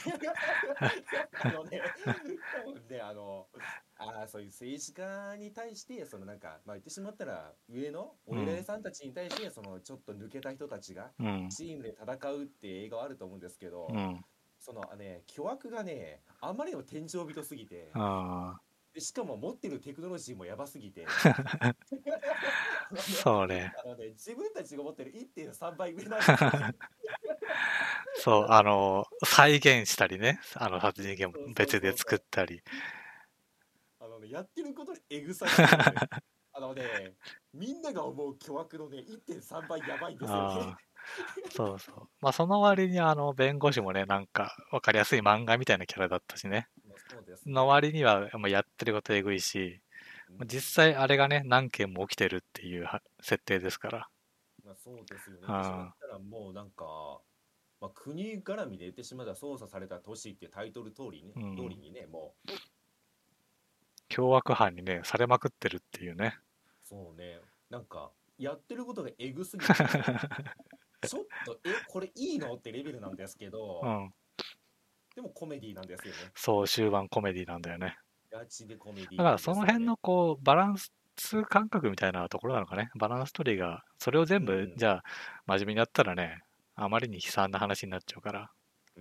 多分ね、そういう政治家に対して、なんか、まあ、言ってしまったら、上のおうん。 偉いさんたちに対して、ちょっと抜けた人たちが、 うん。 チームで戦うって映画はあると思うんですけど、 うん。 巨悪がね、あまりにも天井人すぎて、 ああ。 でしかも持ってるテクノロジーもやばすぎて、あのね、 そうね。 自分たちが持ってる1.3倍上なんですよね。 そう、再現したりね。殺人現そうそう別でそうそう。 作ったり。 やってることにエグさがね、みんなが思う巨悪のね、1.3倍やばいんですよね。 ああ。そうそう。まあ、その割に弁護士もね、なんか、わかりやすい漫画みたいなキャラだったしね。 まあ、そうですのね。 割には、まあ、やってることえぐいし、 うん。 実際あれがね、何件も起きてるっていう設定ですから。 まあ、そうですよね。言ってしまっあたらもうなんか、まあ、国絡みで言ってしまったら捜査された都市ってタイトルうん。 通りにね、もう、 凶悪犯にね、されまくってるっていうね。 そうね、なんか、やってることがエグすぎて、ちょっと、これいいのってレベルなんですけど、 うん。 でもコメディなんですよね。 そう、終盤コメディなんだよね。 ガチでコメディなんだからそですよね。 の辺のこう、バランス感覚みたいなところなのかね。バランス取りが、それを全部、 うん。 じゃあ、真面目にやったらね、あまりに悲惨な話になっちゃうから。 うん。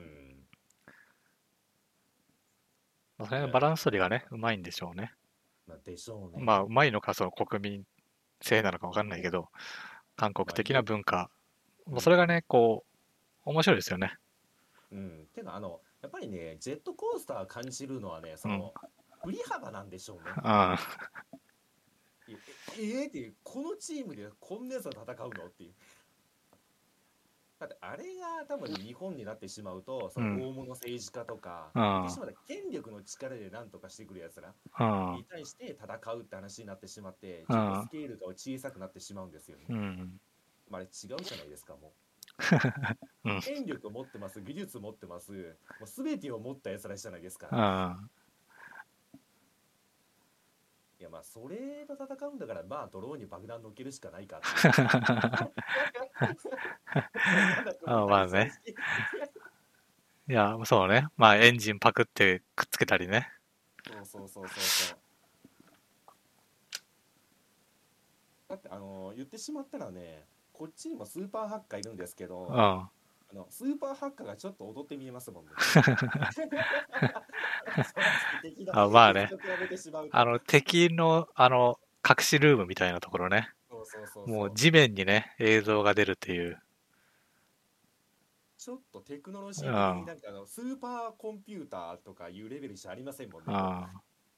まあ、それのバいや、 ランス取りがね、うまいんでしょうね。 まあ、でしょうまあ、 ね。 うまいのか、その国民性なのかわかんないけど、韓国まあ、 的な文化。 うん。 それがね、こう、面白いですよね。 うん。てか、やっぱりね、ジェットコースター感じるのはね、 うん。 振り幅なんでしょうね。 あっていう、このチームでこんなやつと戦うのっていう。だってあれが多分日本になってしまうと、そうん。 の大物政治家とか、言ってあしまったら権力の力で何とかしてくるやつらあ。 に対して戦うって話になってしまって、ちょっとああ。 スケールが小さくなってしまうんですよね。 うん。 まあ、あれ違うじゃないですか、もう。 うん。 権力を持ってます、技術持ってます、もう全てを持ったやつらじゃないですか。 あいや、まあ、それと戦うんだから、まあ、ドローンに爆弾乗っけるしかないかっていう。そんなのあ。 答え、正直。 まあね。いや、そうね。まあ、エンジンパクってくっつけたりね。 そうそうそうそうそう。だって、言ってしまったらね、こっちにもスーパーハッカーいるんですけど、 うん。 スーパーハッカーがちょっと踊って見えますもんね。正直あ、まあね。 敵と比べてしまうと。 敵の、隠しルームみたいなところね。 そうそうそうもうそう。 地面にね、映像が出るっていう。 ちょっとテクノロジうん。 ー的にあなんかスーパーコンピューターとかいうレベルじゃありませんもんね、もあ、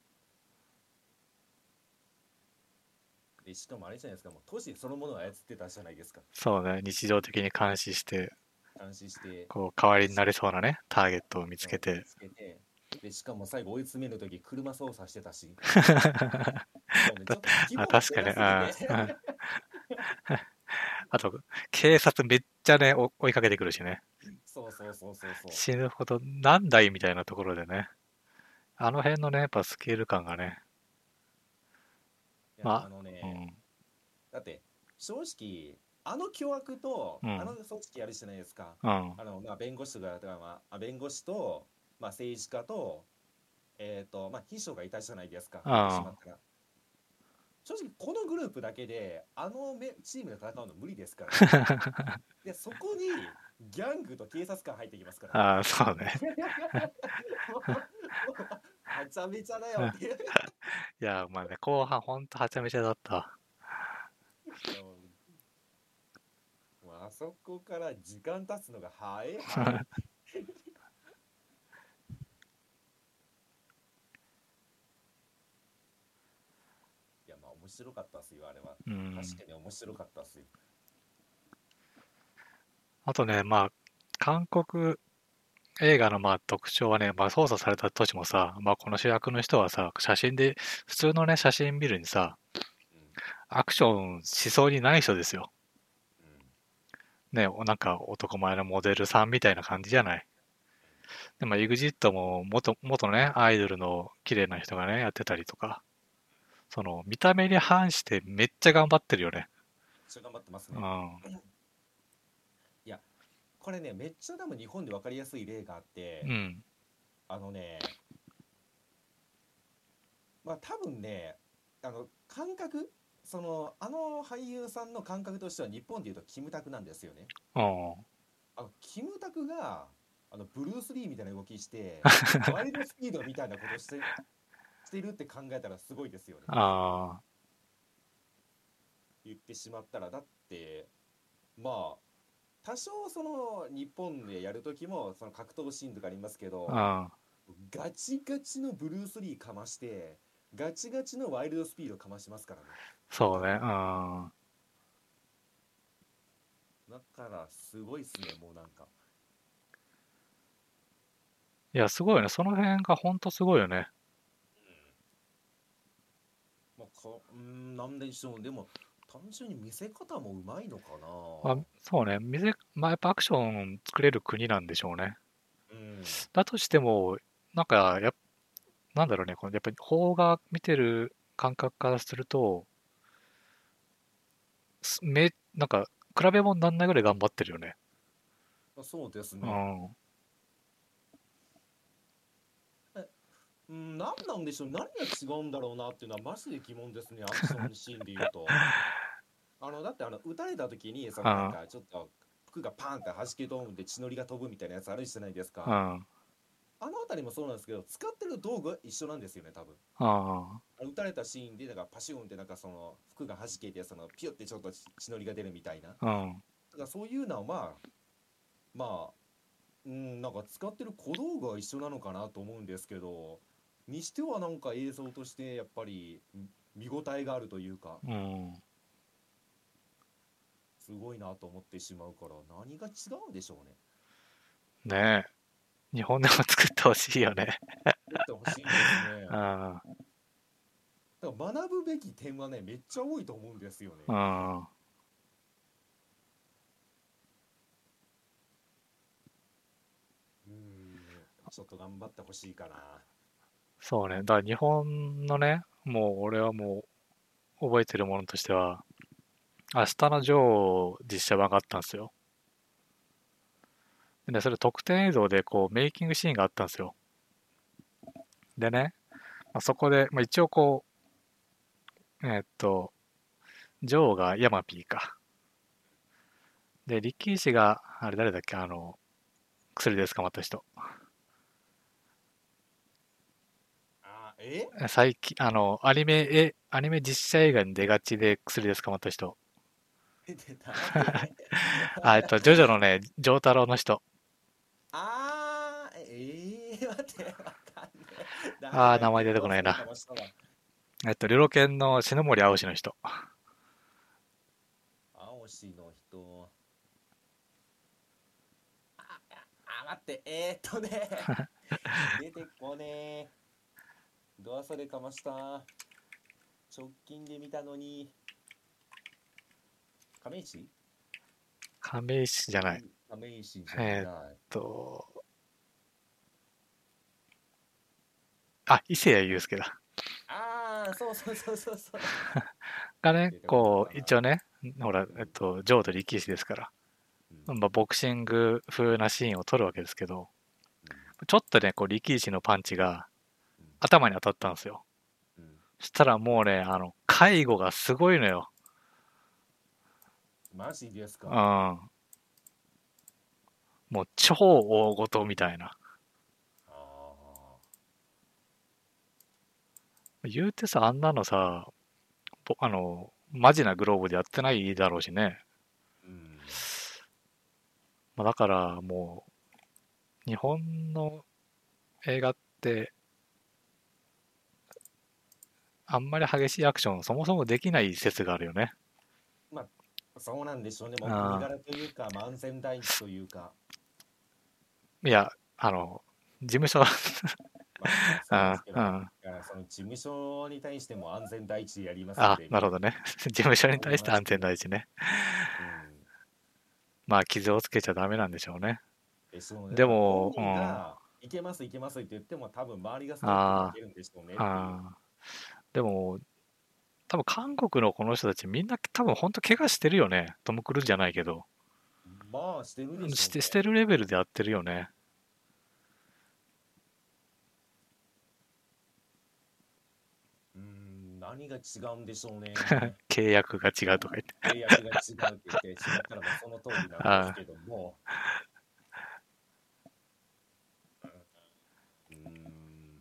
う。で、しかもあれじゃないですか、もう都市そのものを操ってたじゃないですか。 そうね。日常的に監視して、 監視して、 こう、代わりになしりそうなね、ターゲットを見つけそう見て。 つけて、で、しかも最後追い詰めるとき車操作してたし、もうね、ちょっと規あ、 模が確かに。 でかすぎてああ、あと、警察めっちゃね、追いかけてくるしね。 そうそうそうそうそ死ぬほど、なんだいみたいなところでね。あの辺のね、やっぱスケール感がね。 う。いや、 まあ、 だって、正直、あの巨悪と、 うん、うん、 あの組織やるじゃないですか。 うん、 まあ、弁護士とか、弁護士と、まあ、政治家と、まあ、秘書がいたじゃないですか、言ってしまったら。正直、このグループだけで、チームで戦うの無理ですからね。で、そこに、ギャングと警察官入ってきますからね。 ああ、そうね。 はちゃめちゃだよっていう。 いや、まあね、後半ほんとはちゃめちゃだった。 いやもうあそこから時間経つのが早い早い。いや、まあ面白かったっすよ、あれは。 うん。 確かに面白かったっすよ。 あとね、まあ、韓国映画のまあ特徴はね、まあ操作された時もさ、まあこの主役の人はさ、写真で、普通のね、写真見るにさ、 うん。 アクションしそうにない人ですよ。 うん。 ね、なんか男前のモデルさんみたいな感じじゃない。でも EXIT も元ね、アイドルの綺麗な人がね、やってたりとか、その見た目に反してめっちゃ頑張ってるよね。 めっちゃ頑張ってますね。 うん。 いや、これね、めっちゃ多分日本で分かりやすい例があって、 うん。 あのね、まあ多分ね、感覚、俳優さんの感覚としては日本でいうとキムタクなんですよね。 うん。 キムタクが、ブルース・リーみたいな動きして、ワイルドスピードみたいなことしてるって考えたらすごいですよね。 あ言ってしまったら。だって、まあ、多少その日本でやるときもその格闘シーンとかありますけど、 あ、 ガチガチのブルース・リーかまして、ガチガチのワイルドスピードかましますからね、キムそうね。 タク。 うん。 だからすごいっすね、もうなんか。 いや、すごいよね。その辺がほんとすごいよね。 まあ、なんでしょう、でも単純に見せ方もうまいのかあ、 な。 そうね。まあ、やっぱアクション作れる国なんでしょうね。 うん。 だとしても、なんか、なんだろうね。やっぱり邦画見てる感覚からすると、なんか、比べ物になんないぐらい頑張ってるよね。 まあ、そうですね。 うん。 えなんなんでしょう、何が違うんだろうなっていうのはマジで疑問ですね、アクションシーンで言うと。だって撃たれた時に、そのなんあかちょっと服がパーンって弾け飛んで血のりが飛ぶみたいなやつあるじゃないですあ、 か。 うん。 あの辺りもそうなんですけど、使ってる道具は一緒なんですよね、多分。 あ撃たれたシーンで、なんかパシューンってなんかその服が弾けて、そのピュってちょっと血のりが出るみたいな。だあ、うん。 からそういうのはまあ、なんか使ってる小道具は一緒なのかなと思うんですけど、にしてはなんか映像としてやっぱり見応えがあるというか、 うん。 すごいなと思ってしまうから、何が違うんでしょうね。 ねえ。日本でも作ってほしいよね。 作ってほしいですね。 あだから学ぶべき点はね、めっちゃ多いと思うんですよね。 あ、 ちょっと頑張ってほしいかな。 そうね。だから日本のね、もう俺はもう覚えてるものとしては、明日のジョー実写版があったんですよ。でね、それ特典映像でこうメイキングシーンがあったんですよ。でね、まあ、そこで、まあ、一応こう、ジョーがヤマピーか。で、リッキー氏が、あれ誰だっけ、薬で捕まった人。 あー、え最近、アニメ実写映画に出がちで薬で捕まった人。 誰ジョジョのね、ジョータロウの人。 待って、わかんねえ。 ああ、名前誰だっけ、どうする出てこないな。 かもしたわ。 リロケンの篠森青氏の人。 青氏の人。待って、出てこねえ。どう忘れかました。直近で見たのに。亀石亀石じゃない。 亀石じゃえーっない。 と、伊勢谷友介だ。 そうそうそうそうそう。 がね、 出てこなかっこう、 たな。 一応ね、ほら、 うん。 浄土力士ですから、 うん。 まあ、ボクシング風なシーンを撮るわけですけど、 うん。 ちょっとね、こう、力士のパンチがうん。 頭に当たったんですよ。 うん。 そしたらもうね、介護がすごいのよ。 マジですうか。 ん。もう超大事みたいな。 あ言うてさ、あんなのさ、マジなグローブでやってないだろうしね。 うん。 まあ、だからもう、日本の映画って、あんまり激しいアクションそもそもできない説があるよね。 まあ、そうなんでしょうね。もう国あ柄というか、まあ、安全第一というか。 いや、事務所、 まあ、そうですけど、 あだからその事務所に対しても安全第一でやりますんで、みたいな。 なるほどね。事務所にそういう対して安全話。 第一ね。 うん。 まあ、傷をつけちゃダメなんでしょうね。 でしょうね。だから本でも、 人が、いけます、いけますって言っても、多分周りがストップかあけるんでしょうねあ、 っていう。 でも、多分韓国のこの人たちみんな多分本当怪我してるよね。トム・クルーズじゃないけど。 まあ、してるでしょうね。 してるレベルでやってるよね。 何が違うんでしょうね。 契約が違うとか言って。 契約が違うって言ってしまったら、まあその通りなんですあけども。うーん。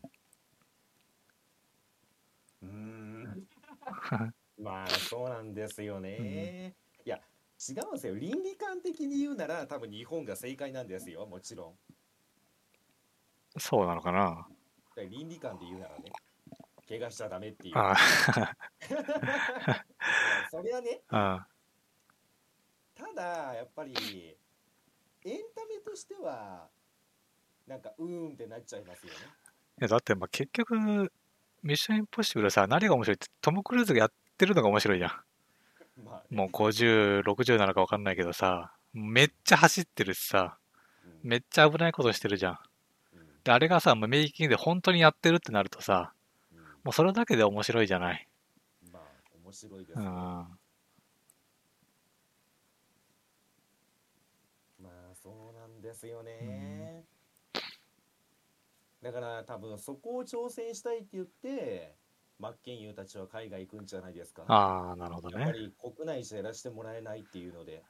うーん。まあ、そうなんですようん、 ね。いや、違うんですよ。倫理観的に言うなら、多分日本が正解なんですよ。もちろん。 そうなのかな。 で倫理観で言うならね、怪我しちゃダメっていう。 あいや、それはね、 あ、 ただ、やっぱり、エンタメとしては、なんか、ってなっちゃいますよね。 だってまあ結局、ミッションインポッシブルさ、何が面白いって、トム・クルーズがやってるのが面白いじゃまあん。もうね。 50、60なのか分かんないけどさ、めっちゃ走ってるしさ、 うん。 めっちゃ危ないことしてるじゃん。 うん。 で、あれがさ、もうメイキングで本当にやってるってなるとさ、 うん。 もうそれだけで面白いじゃない。 まあ、面白いでうすね。 ん。 まあ、そうなんですようん、 ね。だから多分そこを挑戦したいって言って、真剣佑たちは海外行くんじゃないですか。 ああ、なるほどね。 やっぱり国内じゃやらせてもらえないっていうので。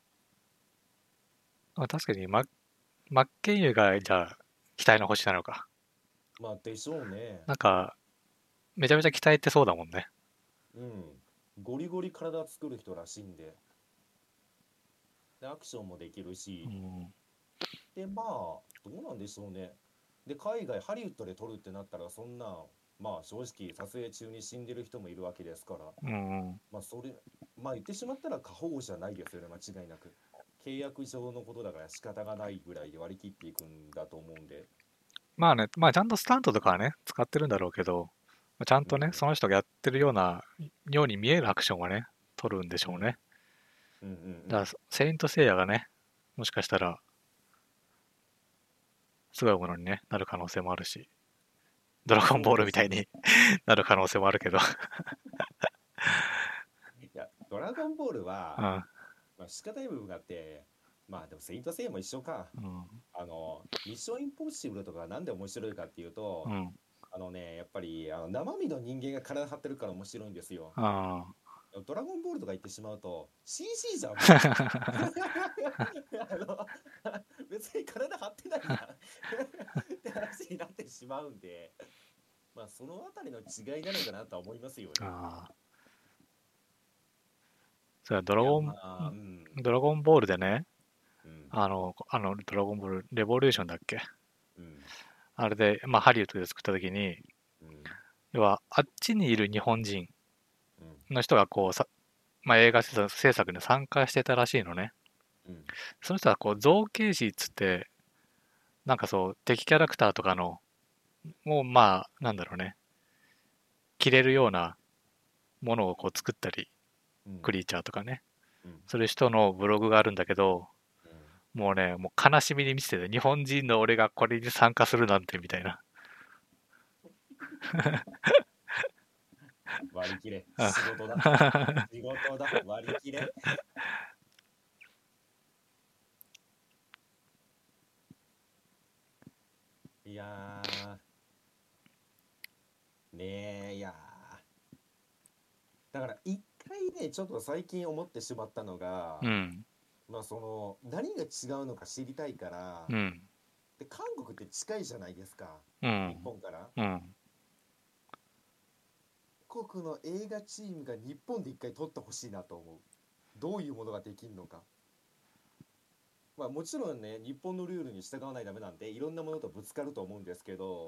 まあ、確かにマッケンユーが、じゃあ、期待の星なのか。 まあ、でしょうね。 なんか、めちゃめちゃ期待ってそうだもんね。 うん。ゴリゴリ体作る人らしいんで。で、アクションもできるし。 うん。 で、まあ、どうなんでしょうね。で、海外、ハリウッドで撮るってなったら、そんな、まあ正直、撮影中に死んでる人もいるわけですから。 うん。 まあ、まあ言ってしまったら過保護じゃないですよね、間違いなく。契約上のことだから仕方がないぐらいで割り切っていくんだと思うんで。 まあね、まあちゃんとスタントとかはね、使ってるんだろうけど、ちゃんとね、 うん。 その人がやってるような、ように見えるアクションはね、取るんでしうん。 ょうね。 うん。うん。 だから、セイントセイヤがね、もしかしたら、すごいものに、ね、なる可能性もあるし、ドラゴンボーそうですね。 ルみたいになる可能性もあるけど。 いや、ドラゴンボールは、 うん。 まあ、仕方ない部分があって、まあでも、セイントセイヤも一緒か。 うん。 ミッションインポッシブルとかなんで面白いかっていうと、 うん。 やっぱり生身の人間が体張ってるから面白いんですよ。 あドラゴンボールとか言ってしまうと CG じゃんもあの別に体張ってないじゃんって話になってしまうんで、まあそのあたりの違いなのかなとは思いますよね。 あ。それはいやまあうんドラゴンボールでね、 うんドラゴンボールレボリューションだっけ？ うんあれで、まあ、ハリウッドで作った時に、 うん要は、あっちにいる日本人うんの人がこうさ、まあ、映画制作に参加してたらしいのね。 うんその人はこう造形師っつって、なんかそう、敵キャラクターとかの、もうまあ、なんだろうね、着れるようなものをこう作ったり、 うんクリーチャーとかね、 うんする人のブログがあるんだけど、もうね、もう悲しみに満ちてて、日本人の俺がこれに参加するなんてみたいな。 割り切れ、 あ仕事だ、仕事だ、割り切れ。いやねえ、いやだから一回ね、ちょっと最近思ってしまったのが、 うん、 まあその、何が違うのか知りたいから、 うん、 で、韓国って近いじゃないですか、日うん、 本から。 うん。 韓国の映画チームが日本で一回撮ってほしいなと思う。どういうものができるのか。まあもちろんね、日本のルールに従わないとダメなんで、いろんなものとぶつかると思うんですけど、 うん。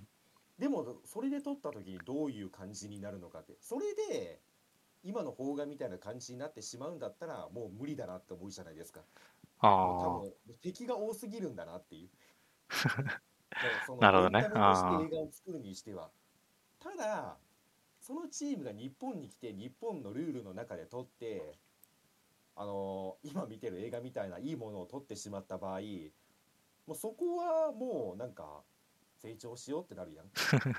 でもそれで撮った時にどういう感じになるのかって、それで今の邦画みたいな感じになってしまうんだったらもう無理だなって思うじゃないですか。もう多ああ、 分敵が多すぎるんだなっていう。もうそのなるほどね。 エンタメとしてあ映画を作るにしては。ただ、そのチームが日本に来て日本のルールの中で撮って、今見てる映画みたいないいものを撮ってしまった場合、もうそこはもうなんか成長しようってなるやん。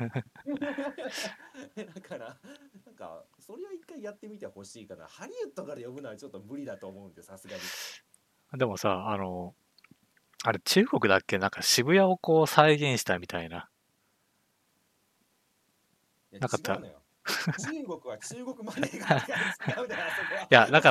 だからなんかそれは一回やってみてほしいかな。ハリウッドから呼ぶのはちょっと無理だと思うんで、さすがに。 あ。でもさ、あれ中国だっけ？なんか渋谷をこう再現したみたいな。 いやなかった？い違うのよ。中国は中国マネーがあるから違うのよ、あそこは。 や、だから、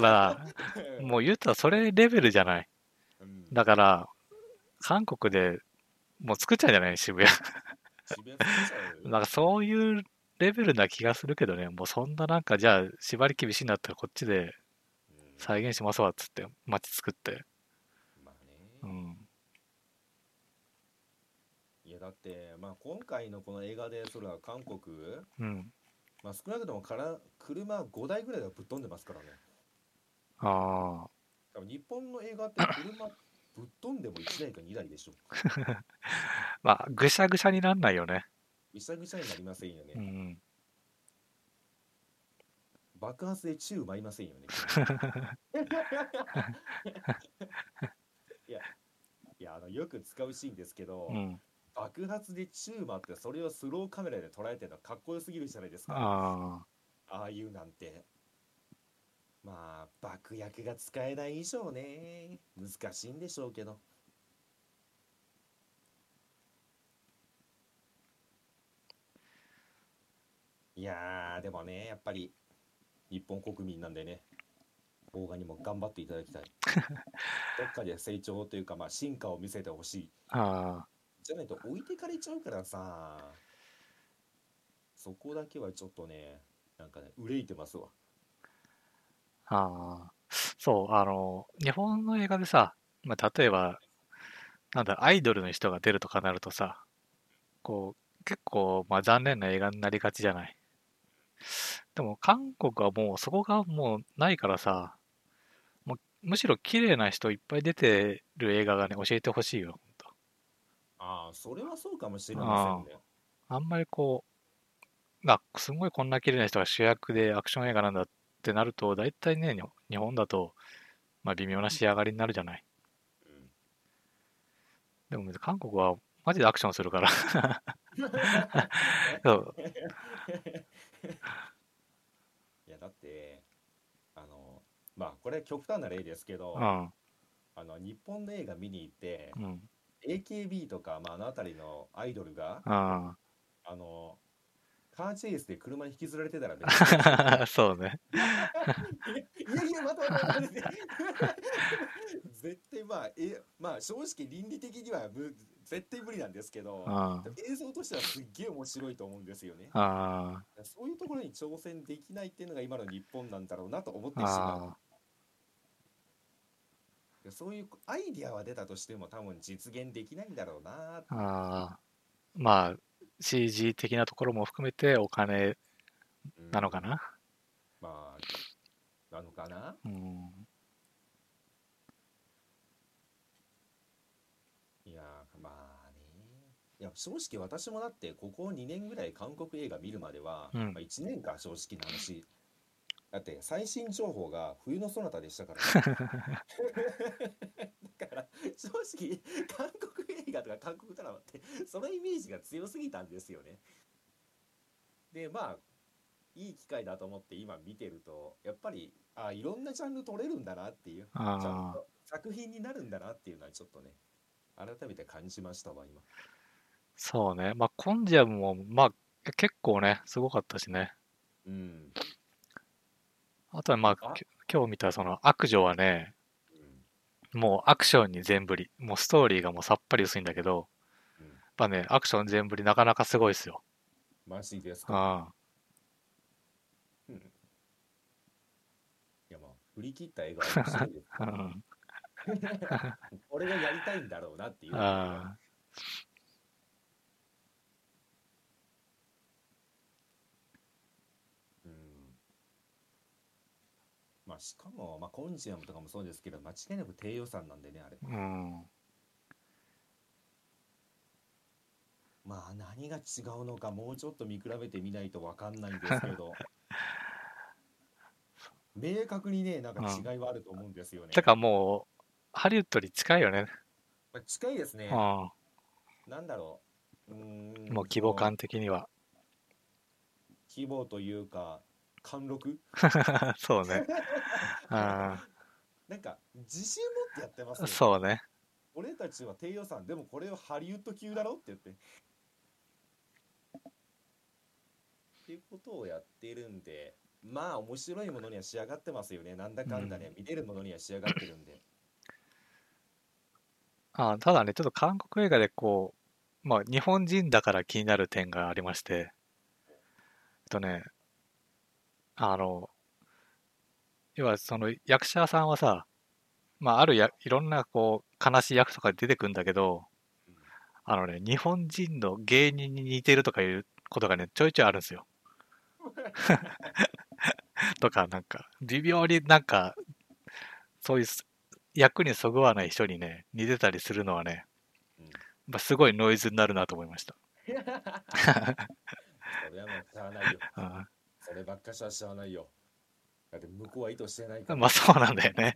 もう言ったらそれレベルじゃない。 うん、 だから、韓国でもう作っちゃうんじゃない？渋谷。 渋谷作っちゃう。 なんかそういうレベルな気がするけどね。もうそんななんか、じゃあ縛り厳しいんだったらこっちでう再現しますわっつって街作って。 ん、まあね。 うん。 いやだってまあ今回のこの映画でそれは韓国、 うん。 まあ少なくとも車5台ぐらいはぶっ飛んでますからね。 ああ。 多分日本の映画って車ぶっ飛んでも1台か2台でしょ。 まあ、ぐしゃぐしゃになんないよね。 ぐしゃぐしゃになりませんよね。 うん。 爆発で宙舞いませんよね。いや、よく使うシーンですけど、 うん。 爆発で宙舞ってそれをスローカメラで捉えてるのかっこよすぎるじゃないですか。 あああいうなんて。まあ、爆薬が使えない以上ね、難しいんでしょうけど。いやー、でもね、やっぱり日本国民なんでね、邦画にも頑張っていただきたい。どっかで成長というか、まあ、進化を見せてほしい。 あ。あじゃないと置いてかれちゃうからさ、そこだけはちょっとね、なんかね、憂いてますわ。 あ。ああ。そう、日本の映画でさ、まあ、例えば、なんだ、アイドルの人が出るとかなるとさ、こう、結構、まあ、残念な映画になりがちじゃない。でも、韓国はもう、そこがもうないからさ、もう、むしろ綺麗な人いっぱい出てる映画がね、教えてほしいよ。 ああ、それはそうかもしれませんあね。 あ。あんまりこう、すごいこんな綺麗な人が主役でアクション映画なんだってなると、大体ね、日本だと、まあ、微妙な仕上がりになるじゃない。 うん。 でも、韓国はマジでアクションするからそう。 いや、だって、あの、まあ、これ極端な例ですけど、 うん。 日本の映画見に行って、 うん。 AKB とか、まあ、あの辺りのアイドルが、 ああの、カーチェイスで車に引きずられてたらめっちゃテンション上がる。 あ。そうね。 いやいや、待って待って待って待って。絶対まあ、まあ正直倫理的には絶対無理なんですけど、 あ映像としてはすっげえ面白いと思うんですよね。 あ。 そういうところに挑戦できないっていうのが今の日本なんだろうなと思ってしまう。 ああ。 でそういうアイディアは出たとしても多分実現できないんだろうなっていう。 ああ、まあ、CG 的なところも含めてお金うん、 なのかな。 まあ、なのかな。 うん。 いやまあね。いや、正直私もだってここ2年ぐらい韓国映画見るまでは、 うん。 まあ、1年間正直な話。だって最新情報が冬のソナタでしたからね。だから正直韓国映画とか韓国ドラマってそのイメージが強すぎたんですよね。でまあいい機会だと思って今見てるとやっぱりいろんなジャンル撮れるんだなっていう、ちゃんああ、 と作品になるんだなっていうのはちょっとね改めて感じましたわ今。 そうね。まあ、コンジャムも、まあ、結構ね、すごかったしね。 うん。 あとはまあ、 あ、 今日見たその悪女はね、 うん、 もうアクションに全振り。もうストーリーがもうさっぱり薄いんだけど、やっうん、 ぱね、アクション全振りなかなかすごいですよ。 マジですか。 あうん。いやまあ振り切った映画は面白いですあ、 から。 うん。 これがやりたいんだろうなっていうのがあればね。 あうん。まあしかも、まあ、コンジアムとかもそうですけど間違いなく低予算なんでねあれ。 あ、うん。 まあ何が違うのかもうちょっと見比べてみないと分かんないんですけど、明確にねなんかうん。 違いはあると思うんですよね。 てかもう、ハリウッドに近いよね。 まあ、近いですね。 うん。 なんだろう。 もう規模その感的には。 規模というか貫禄。 そうね。あなんか自信持ってやってまあ、 すよね。 そうね。 俺たちは低予算でもこれをハリウッド級だろって言ってっていうことをやってるんで、まあ面白いものには仕上がってますよね。なんだかんだうん。 ね見れるものには仕上がってるんで。 ああ、ただね、ちょっと韓国映画でこう、まあ日本人だから気になる点がありまして、ね、あの、要はその役者さんはさ、まああるいろんなこう悲しい役とか出てくるんだけど、 うん。 日本人の芸人に似てるとかいうことがね、ちょいちょいあるんですよ。とか、なんか、微妙になんか、そういう役にそぐわない人にね、似てたりするのはね、 うん。 まあ、すごいノイズになるなと思いました。 それはもうしゃあないよ。 うんそればっかしはしゃあないよ。だって向こうは意図してないから。 まあそうなんだよね。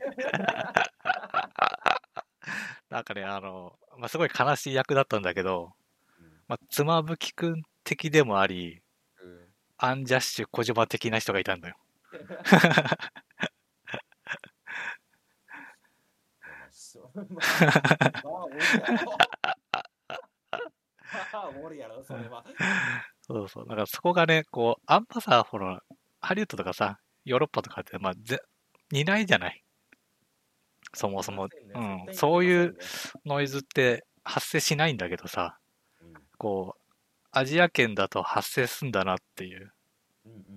なんかね、まあ、すごい悲しい役だったんだけど、 うん。 まあ、妻夫木くん的でもあり、 うん。 アンジャッシュ小島的な人がいたんだよ。 いやまあまあおるやろ。まあおるやろそれは。 そうそう。だからそこがね、こう、あんまさ、ほら、ハリウッドとかさ、ヨーロッパとかって、まあ、似ないじゃない。そも似そも。 ませんね。絶うん。 対に似そういうませんね。 ノイズって発生しないんだけどさ、 うん。 こう、アジア圏だと発生すんだなっていう。 うんうんうん。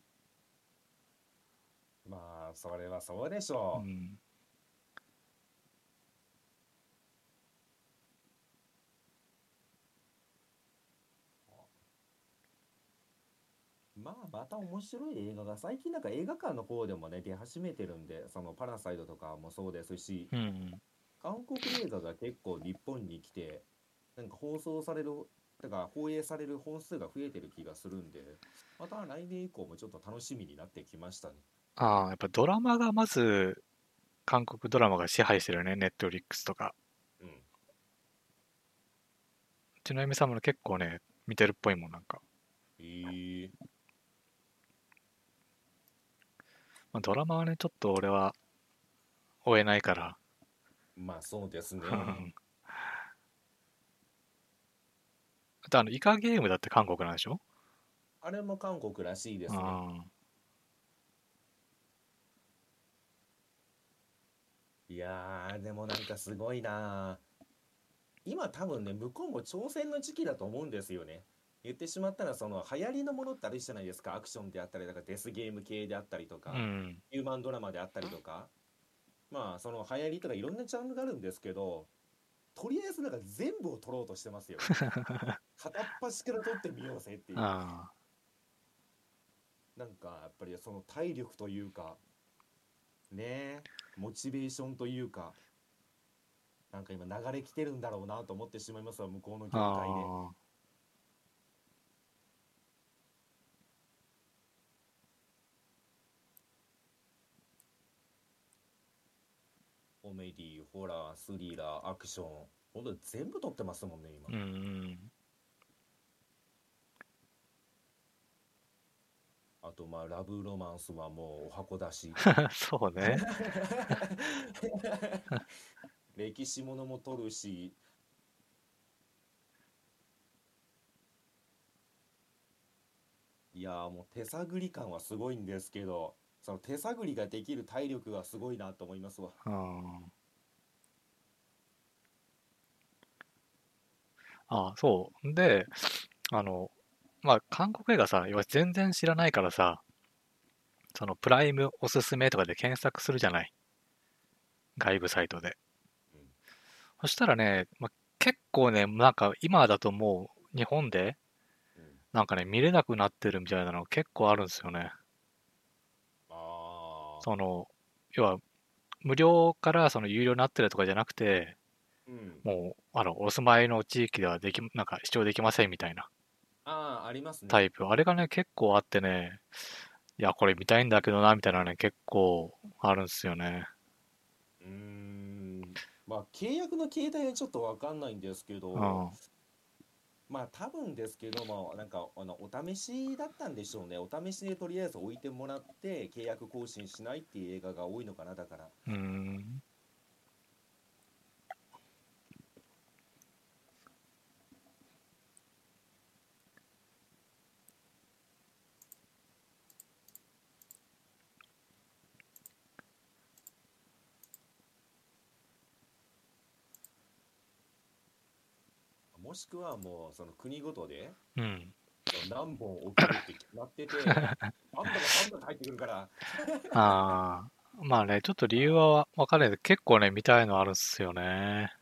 まあそれはそうでしょうん。 う。まあまた面白い映画が最近なんか映画館の方でもね出始めてるんで、そのパラサイトとかもそうですし、 うん。 韓国映画が結構日本に来てなんか放送される、だから放映される本数が増えてる気がするんで、また来年以降もちょっと楽しみになってきましたね。 ああ、やっぱドラマがまず、韓国ドラマが支配してるよね。ネットフリックスとか。 うん。 うちの嫁さんも結構ね、見てるっぽいもん、なんか。 ええ。 まあ、ドラマはね、ちょっと俺は追えないから。 まあそうですうね。 んあとイカゲームだって韓国なんでしょ。 あれも韓国らしいでうすね。 ん。 いやーでもなんかすごいなー。今多分ね向こうも挑戦の時期だと思うんですよね。言ってしまったらその流行りのものってあるじゃないですか。アクションであったりとかデスゲーム系であったりとかうん。 ヒューマンドラマであったりとか、 まあその流行りとかいろんなジャンルがあるんですけど、とりあえずなんか全部を取ろうとしてますよね。片っ端から取ってみようぜっていう。 あなんかやっぱりその体力というか、ねえ、モチベーションというか、なんか今流れ来てるんだろうなと思ってしまいますわ、向こうのあ、 業界で。 ああ、 コメディ、ホラー、スリラー、アクション、ほんと全部取ってますもんね、今。 うん、 あとまあラブロマンスはもうお箱だし。 そうね。 歴史ものも取るし、いやーもう手探り感はすごいんですけど、その手探りができる体力がすごいなと思いますわ。 うん、ああ、そう。で、あの、まあ、韓国映画さ、要は全然知らないからさ、そのプライムおすすめとかで検索するじゃない。外部サイトで。 うん。 そしたらね、まあ、結構ね、なんか今だともう日本でうん。 なんかね、見れなくなってるみたいなの結構あるんですよね。 ああ、 その、要は無料からその有料になってるとかじゃなくて、 うん。 もう、お住まいの地域ではなんか視聴できませんみたいなああ、ありますね。 タイプ。あれがね、結構あってね、いや、これ見たいんだけどな、みたいなね、結構あるんですよね。 うーん。まあ契約の形態はちょっとわかんないんですけど、 うん。 まあ多分ですけども、なんかお試しだったんでしょうね。お試しでとりあえず置いてもらって契約更新しないっていう映画が多いのかな、だから。 うーん。 もしくはもうその国ごとでうん。 何本送るって決まってて、バンバがバンバが入ってくるから、 ああ。まあね、ちょっと理由はわかんないけど、結構ね、見たいのあるんですよね。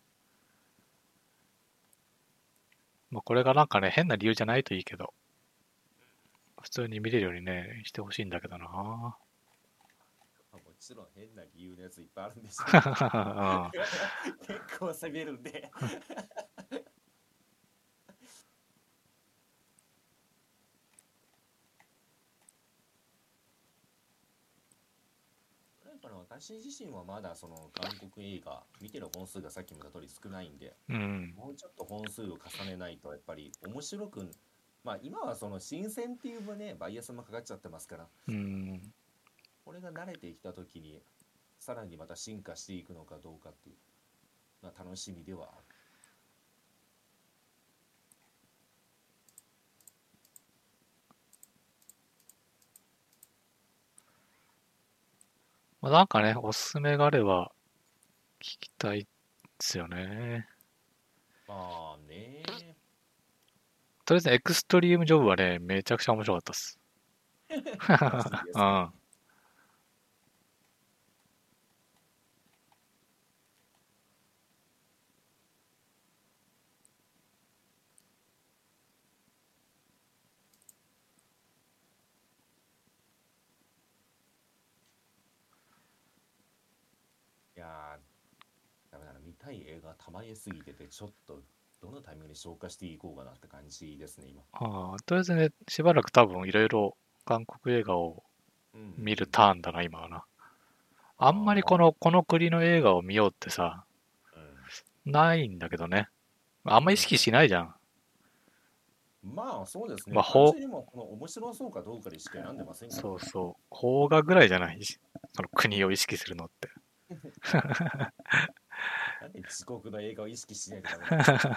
まあこれがなんかね、変な理由じゃないといいけど、普通に見れるようにね、してほしいんだけどな。 もちろん変な理由のやついっぱいあるんでしょうけど、 あ結構攻めるんで、だから私自身はまだその韓国映画見てる本数がさっきも言った通り少ないんで、 うん。 もうちょっと本数を重ねないとやっぱり面白く、まあ今はその新鮮っていうね、バイアスもかかっちゃってますから、 うん。 これが慣れてきた時にさらにまた進化していくのかどうかっていう、まあ楽しみではある。 まあなんかね、おすすめがあれば聞きたいですよね。 まあね、 とりあえずエクストリームジョブはね、めちゃくちゃ面白かったっす。 マジでうすか。 ん。 いやー、ダメだな、見たい映画たまりすぎてて、ちょっとどのタイミングで消化していこうかなって感じですね、今。 とりあえずね、しばらく多分いろいろ韓国映画をうんうんうん。 見るターンだな、今はな。あんまりああ、 この国の映画を見ようってさ、 うん。 ないんだけどね。あんま意識しないじゃん。 まあそうですね。 まあ、 単純にもうこの面白そうかどうかでしか選んでませんからね。 そうそう。邦画ぐらいじゃないし、その国を意識するのって。 なんで自国の映画を意識しないとダメなんですか。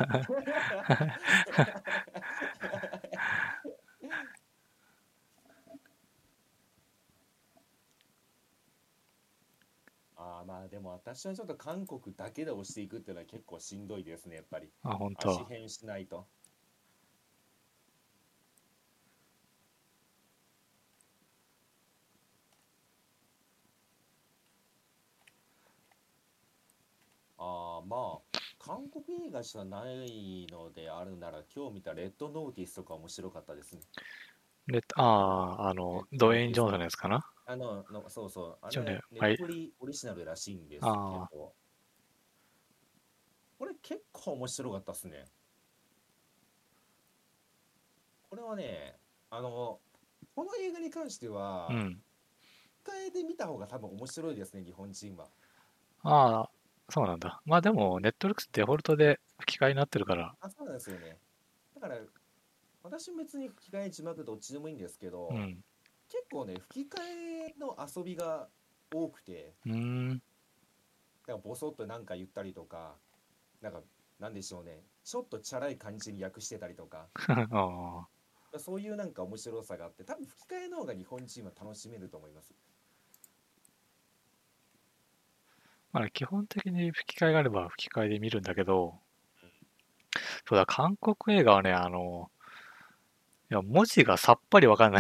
ああ、まあでも私はちょっと韓国だけで押していくっていうのは結構しんどいですね、やっぱり。 あ、本当。 足変しないと。 まあ、韓国映画じゃないのであるなら、今日見たレッドノーティスとか面白かったですね。レッドドウェイン・ジョンソンノーティス。 のやつかな。 そうそう、あ一応ね、 れ、ネットフリオリジナルらしいんですけあど、これ結構面白かったっすね。これはね、あの、この映画に関しては、 うん。 一回で見た方が多分面白いですね、日本人は。 ああ、そうなんだ。まあでも、ネットフリックスデフォルトで吹き替えになってるから、 あ、そうなんですよね。だから、私も別に吹き替え字幕どっちでもいいんですけど、 うん。 結構ね、吹き替えの遊びが多くて、 うーん。 だからボソッとなんか言ったりとか、なんか、なんでしょうね、ちょっとチャラい感じに訳してたりとか、 ああ。 そういうなんか面白さがあって、多分吹き替えの方が日本人は楽しめると思います。 まあね、基本的に吹き替えがあれば吹き替えで見るんだけど、そうだ、韓国映画はね、いや、文字がさっぱりわかんない。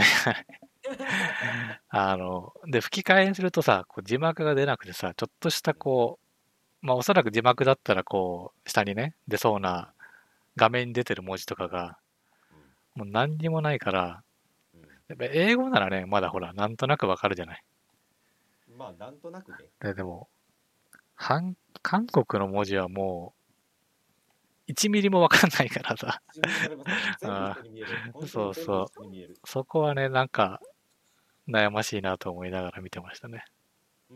で、吹き替えにするとさ、こう字幕が出なくてさ、ちょっとしたこう、まあおそらく字幕だったらこう、下にね、出そうな画面に出てる文字とかが、 うん、 もう何にもないから、 うん、 やっぱ英語ならね、まだほら、なんとなくわかるじゃない。 うん。まあ、なんとなくね、 でも、韓国の文字はもう、1ミリもわかんないからさ。 一ミリもありません。全部一あ緒に見える。 ー本当に全部そうそう。 一緒に見える。 そこはね、なんか、悩ましいなと思いながら見てましたね。 うんうん。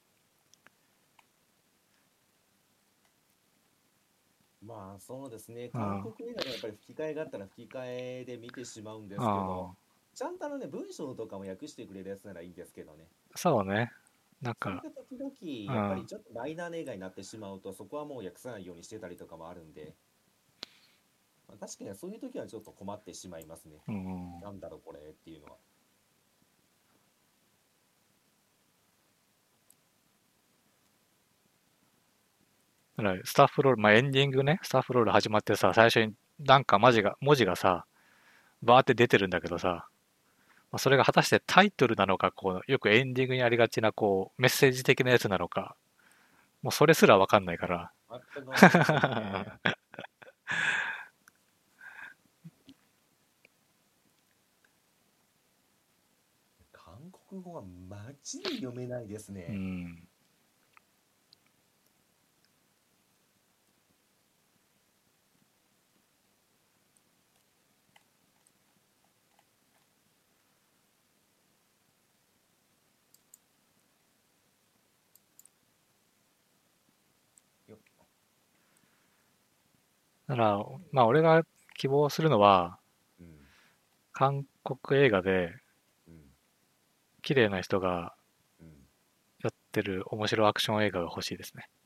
まあ、そうですね。 うん。あ韓国映画でもやっぱり吹き替えがあったら吹き替えで見てしまうんですけど、 あ、 ちゃんと文章とかも訳してくれるやつならいいんですけどね。 そうね。なんか、 それが時々、やっぱりうん。 ちょっとマイナーな映画になってしまうと、そこはもう訳さないようにしてたりとかもあるんで、まあ、確かにそういう時はちょっと困ってしまいますね。 うん。 なんだろうこれっていうのは。 だからスタッフロール、まあ、エンディングね、スタッフロール始まってさ、最初になんか文字がさ、バーって出てるんだけどさ、まあ、それが果たしてタイトルなのか、こう、よくエンディングにありがちな、こう、メッセージ的なやつなのか、もうそれすらわかんないから。 全くわかりませんよね。韓国語はマジで読めないですうね。 ん。 よだから、まあ、俺が希望するのは、 うん、 韓国映画で、 うん、 綺麗な人がうん。 やってる面白アクション映画が欲しいですね。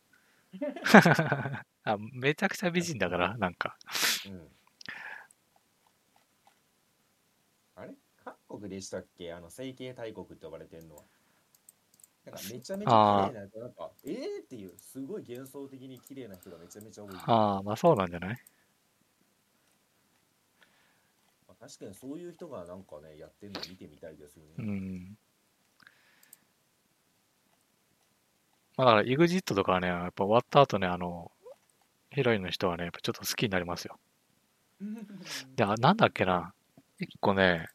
めちゃくちゃ美人だから、なんか。 うん。あれ韓国でしたっけ整形大国って呼ばれてるのは。なんかめちゃめちゃ綺麗あな人、なんか、っていう、すごい幻想的に綺麗な人がめちゃめちゃ多いイメージ。 まあそうなんじゃない。 まあ、確かにそういう人がなんかね、やってるの見てみたいですようね。 ん。まあだから、イグジットとかはね、やっぱ終わった後ね、ヒロインの人はね、やっぱちょっと好きになりますよ。で、なんだっけな。一個ね、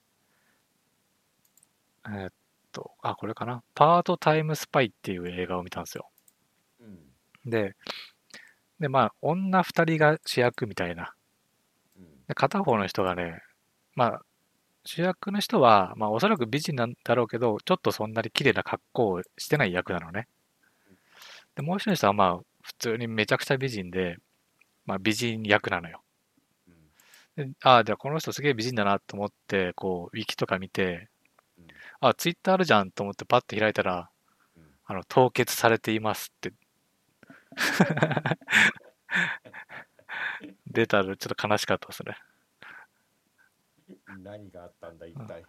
えーっこれかな。パートタイムスパイっていう映画を見たんですよ。 うん、 で、まあ、女二人が主役みたいな。 うん、 で、片方の人がね、まあ、主役の人は、まあ、おそらく美人なんだろうけど、ちょっとそんなに綺麗な格好をしてない役なのね。で、もう一人の人は、まあ、普通にめちゃくちゃ美人で、まあ、美人役なのよ。 うん、 で、じゃあこの人すげえ美人だなと思って、こう、ウィキとか見て、 うん、 ツイッターあるじゃんと思ってパッて開いたら、 うん。 凍結されていますって出たらちょっと悲しかったですね。 何があったんだ、一うん。 体。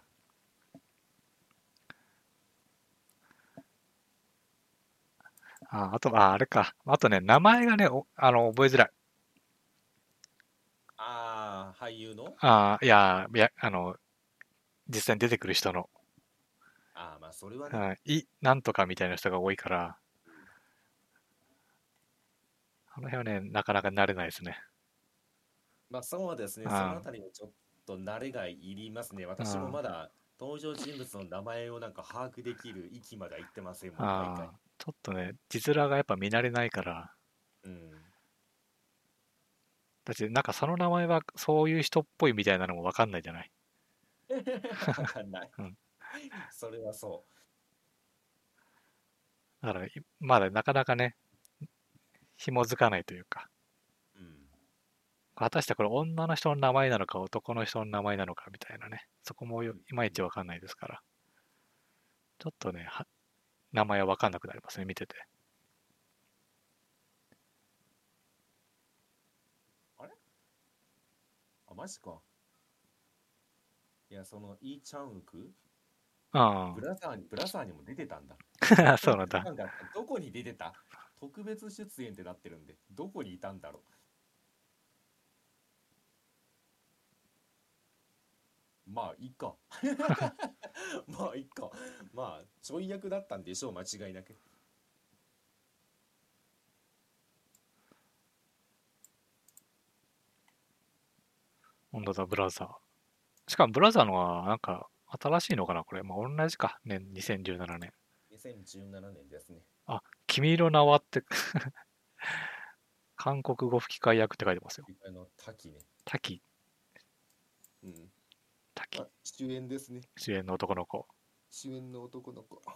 あれか。あとね、名前がね、覚えづらい。 ああ、俳優の。 いや、実際に出てくる人の、 ああ、まあ、それはね。 なんとかみたいな人が多いから、 うん。 その辺はね、なかなか慣れないですね。 まあそうですね、そのあたりもちょっと慣れがいりますね。私もまだ登場人物の名前をなんか把握できる域までは行ってませんもん、毎回。 ちょっとね、字面がやっぱ見慣れないから、 うん。 だってなんかその名前はそういう人っぽいみたいなのもわかんないじゃない。 わかんない。 うん。 それはそだから、まだなかなかね、紐づかないというか、 う。うん。 果たしてこれ女の人の名前なのか男の人の名前なのかみたいなね、そこもいうん。 まいちわかんないですから、ちょっとね、名前はわかんなくなりますね、見てて。 あれあ、マジか。いや、そのイ・チャンウク、 あブラザーにも出てたんだ。 あ、 どこにそうなんだ。 いたんだどこに出てた特別出演ってなってるんで、どこにいたんだろう。まあ、いいか。まあ、いいか。まあ、ちょい役だったんでしょう、間違いなく。 本当だ、ブラザー。しかもブラザーのはなんか新しいのかな、これ。まあ同じか、ね、2017年。 2017年ですね。 あ、君色名はって韓国語吹き替え役って書いてますよ。 滝ね。 滝、 うん。 滝、 あ、主演ですね。 主演の男の子。 主演の男の子。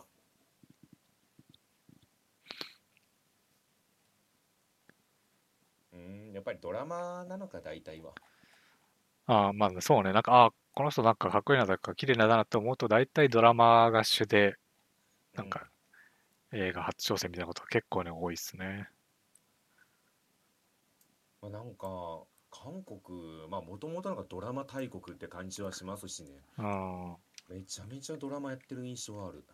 やっぱりドラマなのか、大体は。 ああ、まあそうね。なんか、この人なんかかっこいいなとか綺麗なだなって思うと、大体ドラマが主で、 うん。 なんか映画初挑戦みたいなことが結構ね、多いっすね。 まあ、なんか、韓国、まあ、もともとなんかドラマ大国って感じはしますしね。 うん。 めちゃめちゃドラマやってる印象ある。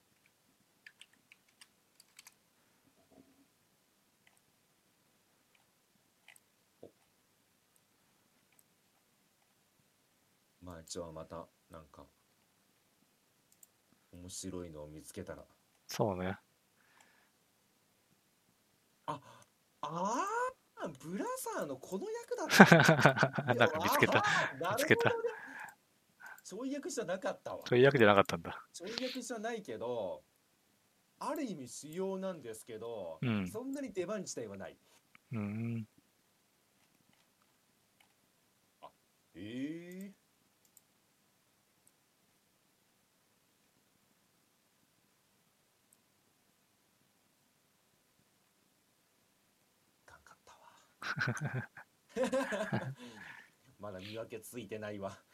お、まあ、じゃあまた、なんか、面白いのを見つけたら。 そうね。 あ、ブラザーのこの役だったんだ。 なんか見つけた。 なる見つけた。 ほどね。ちょい役じゃなかったわ。 そういう役じゃなかったんだ。 ちょい役じゃないけど、ある意味主要なんですけど、 うん。 そんなに出番自体はない。 うん。 あ、ええー、かんかったわ。まだ見分けついてないわ。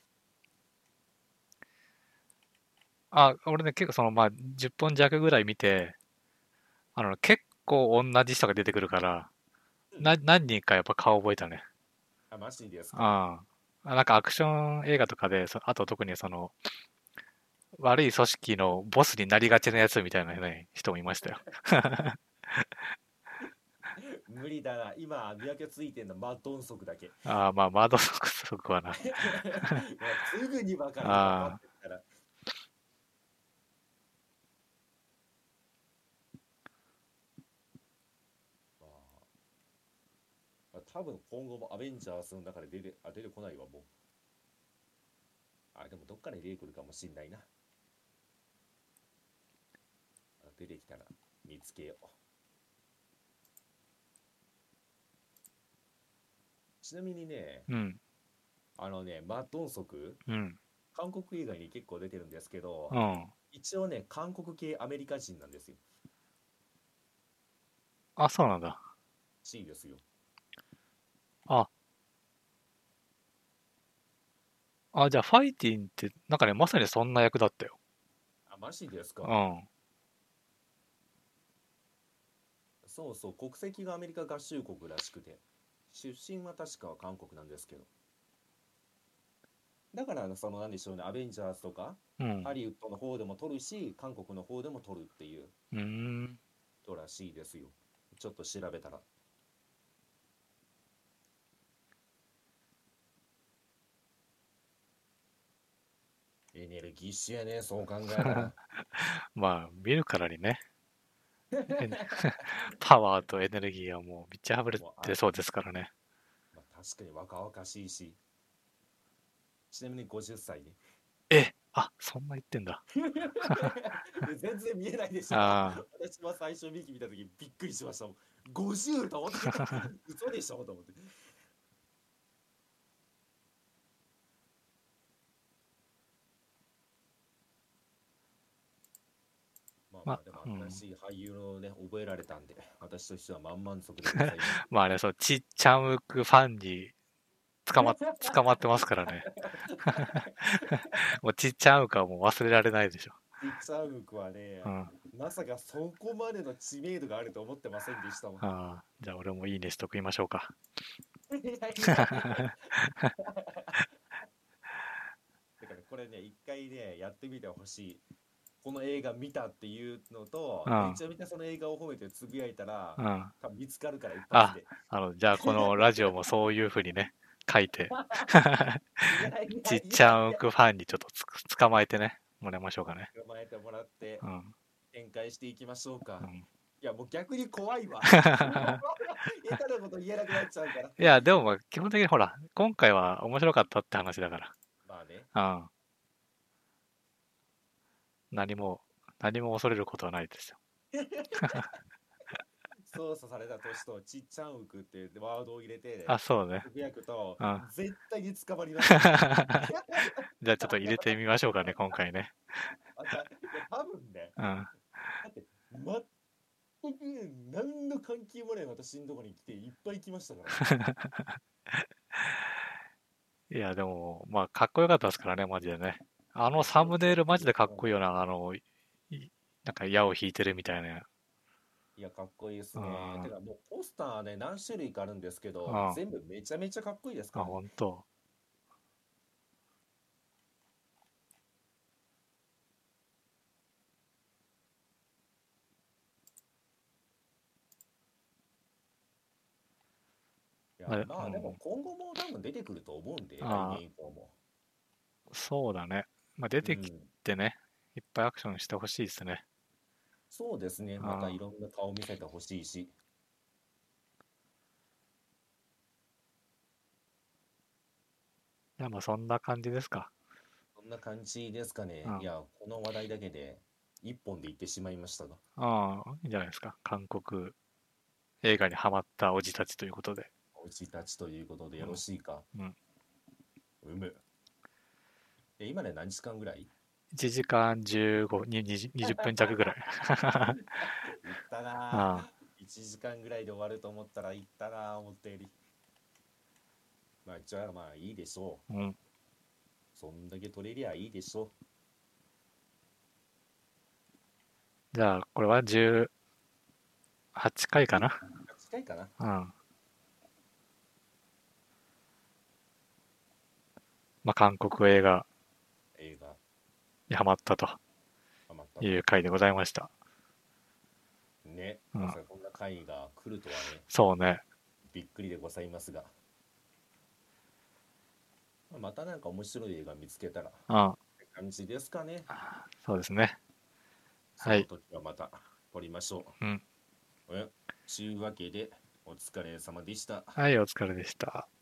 俺ね、結構まあ、10本弱ぐらい見て、結構同じ人が出てくるから、 うん。 何人かやっぱ顔覚えたね。 あ、マジですか。 あなんかアクション映画とかで、あと特に悪い組織のボスになりがちなやつみたいな、ね、人もいましたよ。 無理だな。今、見分けついてんのマドンソクだけ。 まあ、マードソクはな。 まあ、すぐにわかるわ、パッあて言ったら。ま多分今後もアベンジャーズの中で出てこないわ、もう。でもどっかで出てくるかもしんないな。出てきたら見つけよう。ちなみにね、 うん、 マドンソク、 うん、 韓国映画に結構出てるんですけど、 うん。 一応ね、韓国系アメリカ人なんですよ。 そうなんだ。 しいですよ。 あ、じゃあ、ファイティンって、なんかね、まさにそんな役だったよ。 あ、マジですか。 うん。 そうそう、国籍がアメリカ合衆国らしくて、出身は確か韓国なんですけど。だから、なんでしょうね、アベンジャーズとか、 うん。 ハリウッドの方でも撮るし、韓国の方でも撮るっていううーん。 人らしいですよ。ちょっと調べたら。エネルギッシュやね、そう考えたら。 まあ、見るからにね。 エネパワーとエネルギーはもう満ち溢れもうてそうですからね。 まあ、確かに若々しいし、ちなみに50歳ね。 そんな言ってんだ。 全然見えないでしょ。 あ私は最初ミキ見た時びっくりしましたもん。50と思って嘘でしょと思って。まあまあでもうん。 新しい俳優のね覚えられたんで、私としては満足でございます。 まあね、そう、ちっちゃんうくファンに捕まってますからね。もうちっちゃんうくはもう忘れられないでしょ。 ピッチャーウークはね、 うん。 まさかそこまでの知名度があると思ってませんでしたもん。 じゃあ俺もいいねしときましょうか。 いやいやいや。だからこれね、一回ね、やってみてほしい。この映画見たっていうのと、 うん。 めちゃめちゃその映画を褒めてつぶやいたら、 うん。 多分見つかるから一発で。 じゃあこのラジオもそういうふうにね、書いて、 いやいちっやいちゃんうやいや。 くファンにちょっと捕まえてね、もらいましょうかね。 捕まえてもらってうん。 展開していきましょうか。 うん。 いや、もう逆に怖いわ。下手なこと言えなくなっちゃうから。 いや、でもまあ基本的にほら、今回は面白かったって話だかまあね、 ら。うん。何も、何も恐れることはないですよ。 操作された年とちっちゃんうくってワードを入れて、 そうね。 つぶやくと、 うん。 絶対に捕まりますよ。 じゃあちょっと入れてみましょうかね、今回ね。 いや、多分ね、 うん。 だって、全く何の関係もない私のところに来ていっぱい来ましたからね。 いや、でも、まあ、かっこよかったですからね、マジでね。あのいや、そう、 サムネイルマジでかっうん、 こいいよな、なんか矢を引いてるみたいな。 いや、かっこいいですうん。 ね。てか、もうポスターね、何種類かあるんですけど、 うん。 全部めちゃめちゃかっこいいですからね。 本当。 いや、 まあ、 まあ、でも今後も多分出てくると思うんで、来あ年以降も。 そうだね。まあ、出てきうん。 てね、いっぱいアクションしてほしいですね。 そうですね。またいろんな顔見せてほしいし。 じゃあまあ、そんな感じですか。 そんな感じですかね。いうん。 や、この話題だけで一本で言ってしまいましたが。 いいんじゃないですか。韓国映画にハマったおじたちということで。 おじたちということでよろうん。 しいか。 うん。 うむ。今ね、何時間ぐらい？ 1時間15、20分弱ぐらい。 行ったなあぁ。1時間ぐらいで終わると思ったら行ったなぁ、思ったより。まあ、じゃあまあいいでしょう。 うん。 そんだけ取れりゃいいでしょじゃあ、これは18回う。 かな。 近いかな。 うん。まあ、韓国映画映画、 にハマったとハマったと。 いう回でございました。 ね。 うん。 まさかこんな回が来るとはね、 そうね。 びっくりでございますが。またなんか面白い映画見つけたら、っうん。 て感じですかね。 そうですね。 そのはい。 時はまた撮りましょうん。 う。というわけで、お疲れ様でした。 はい、お疲れでした。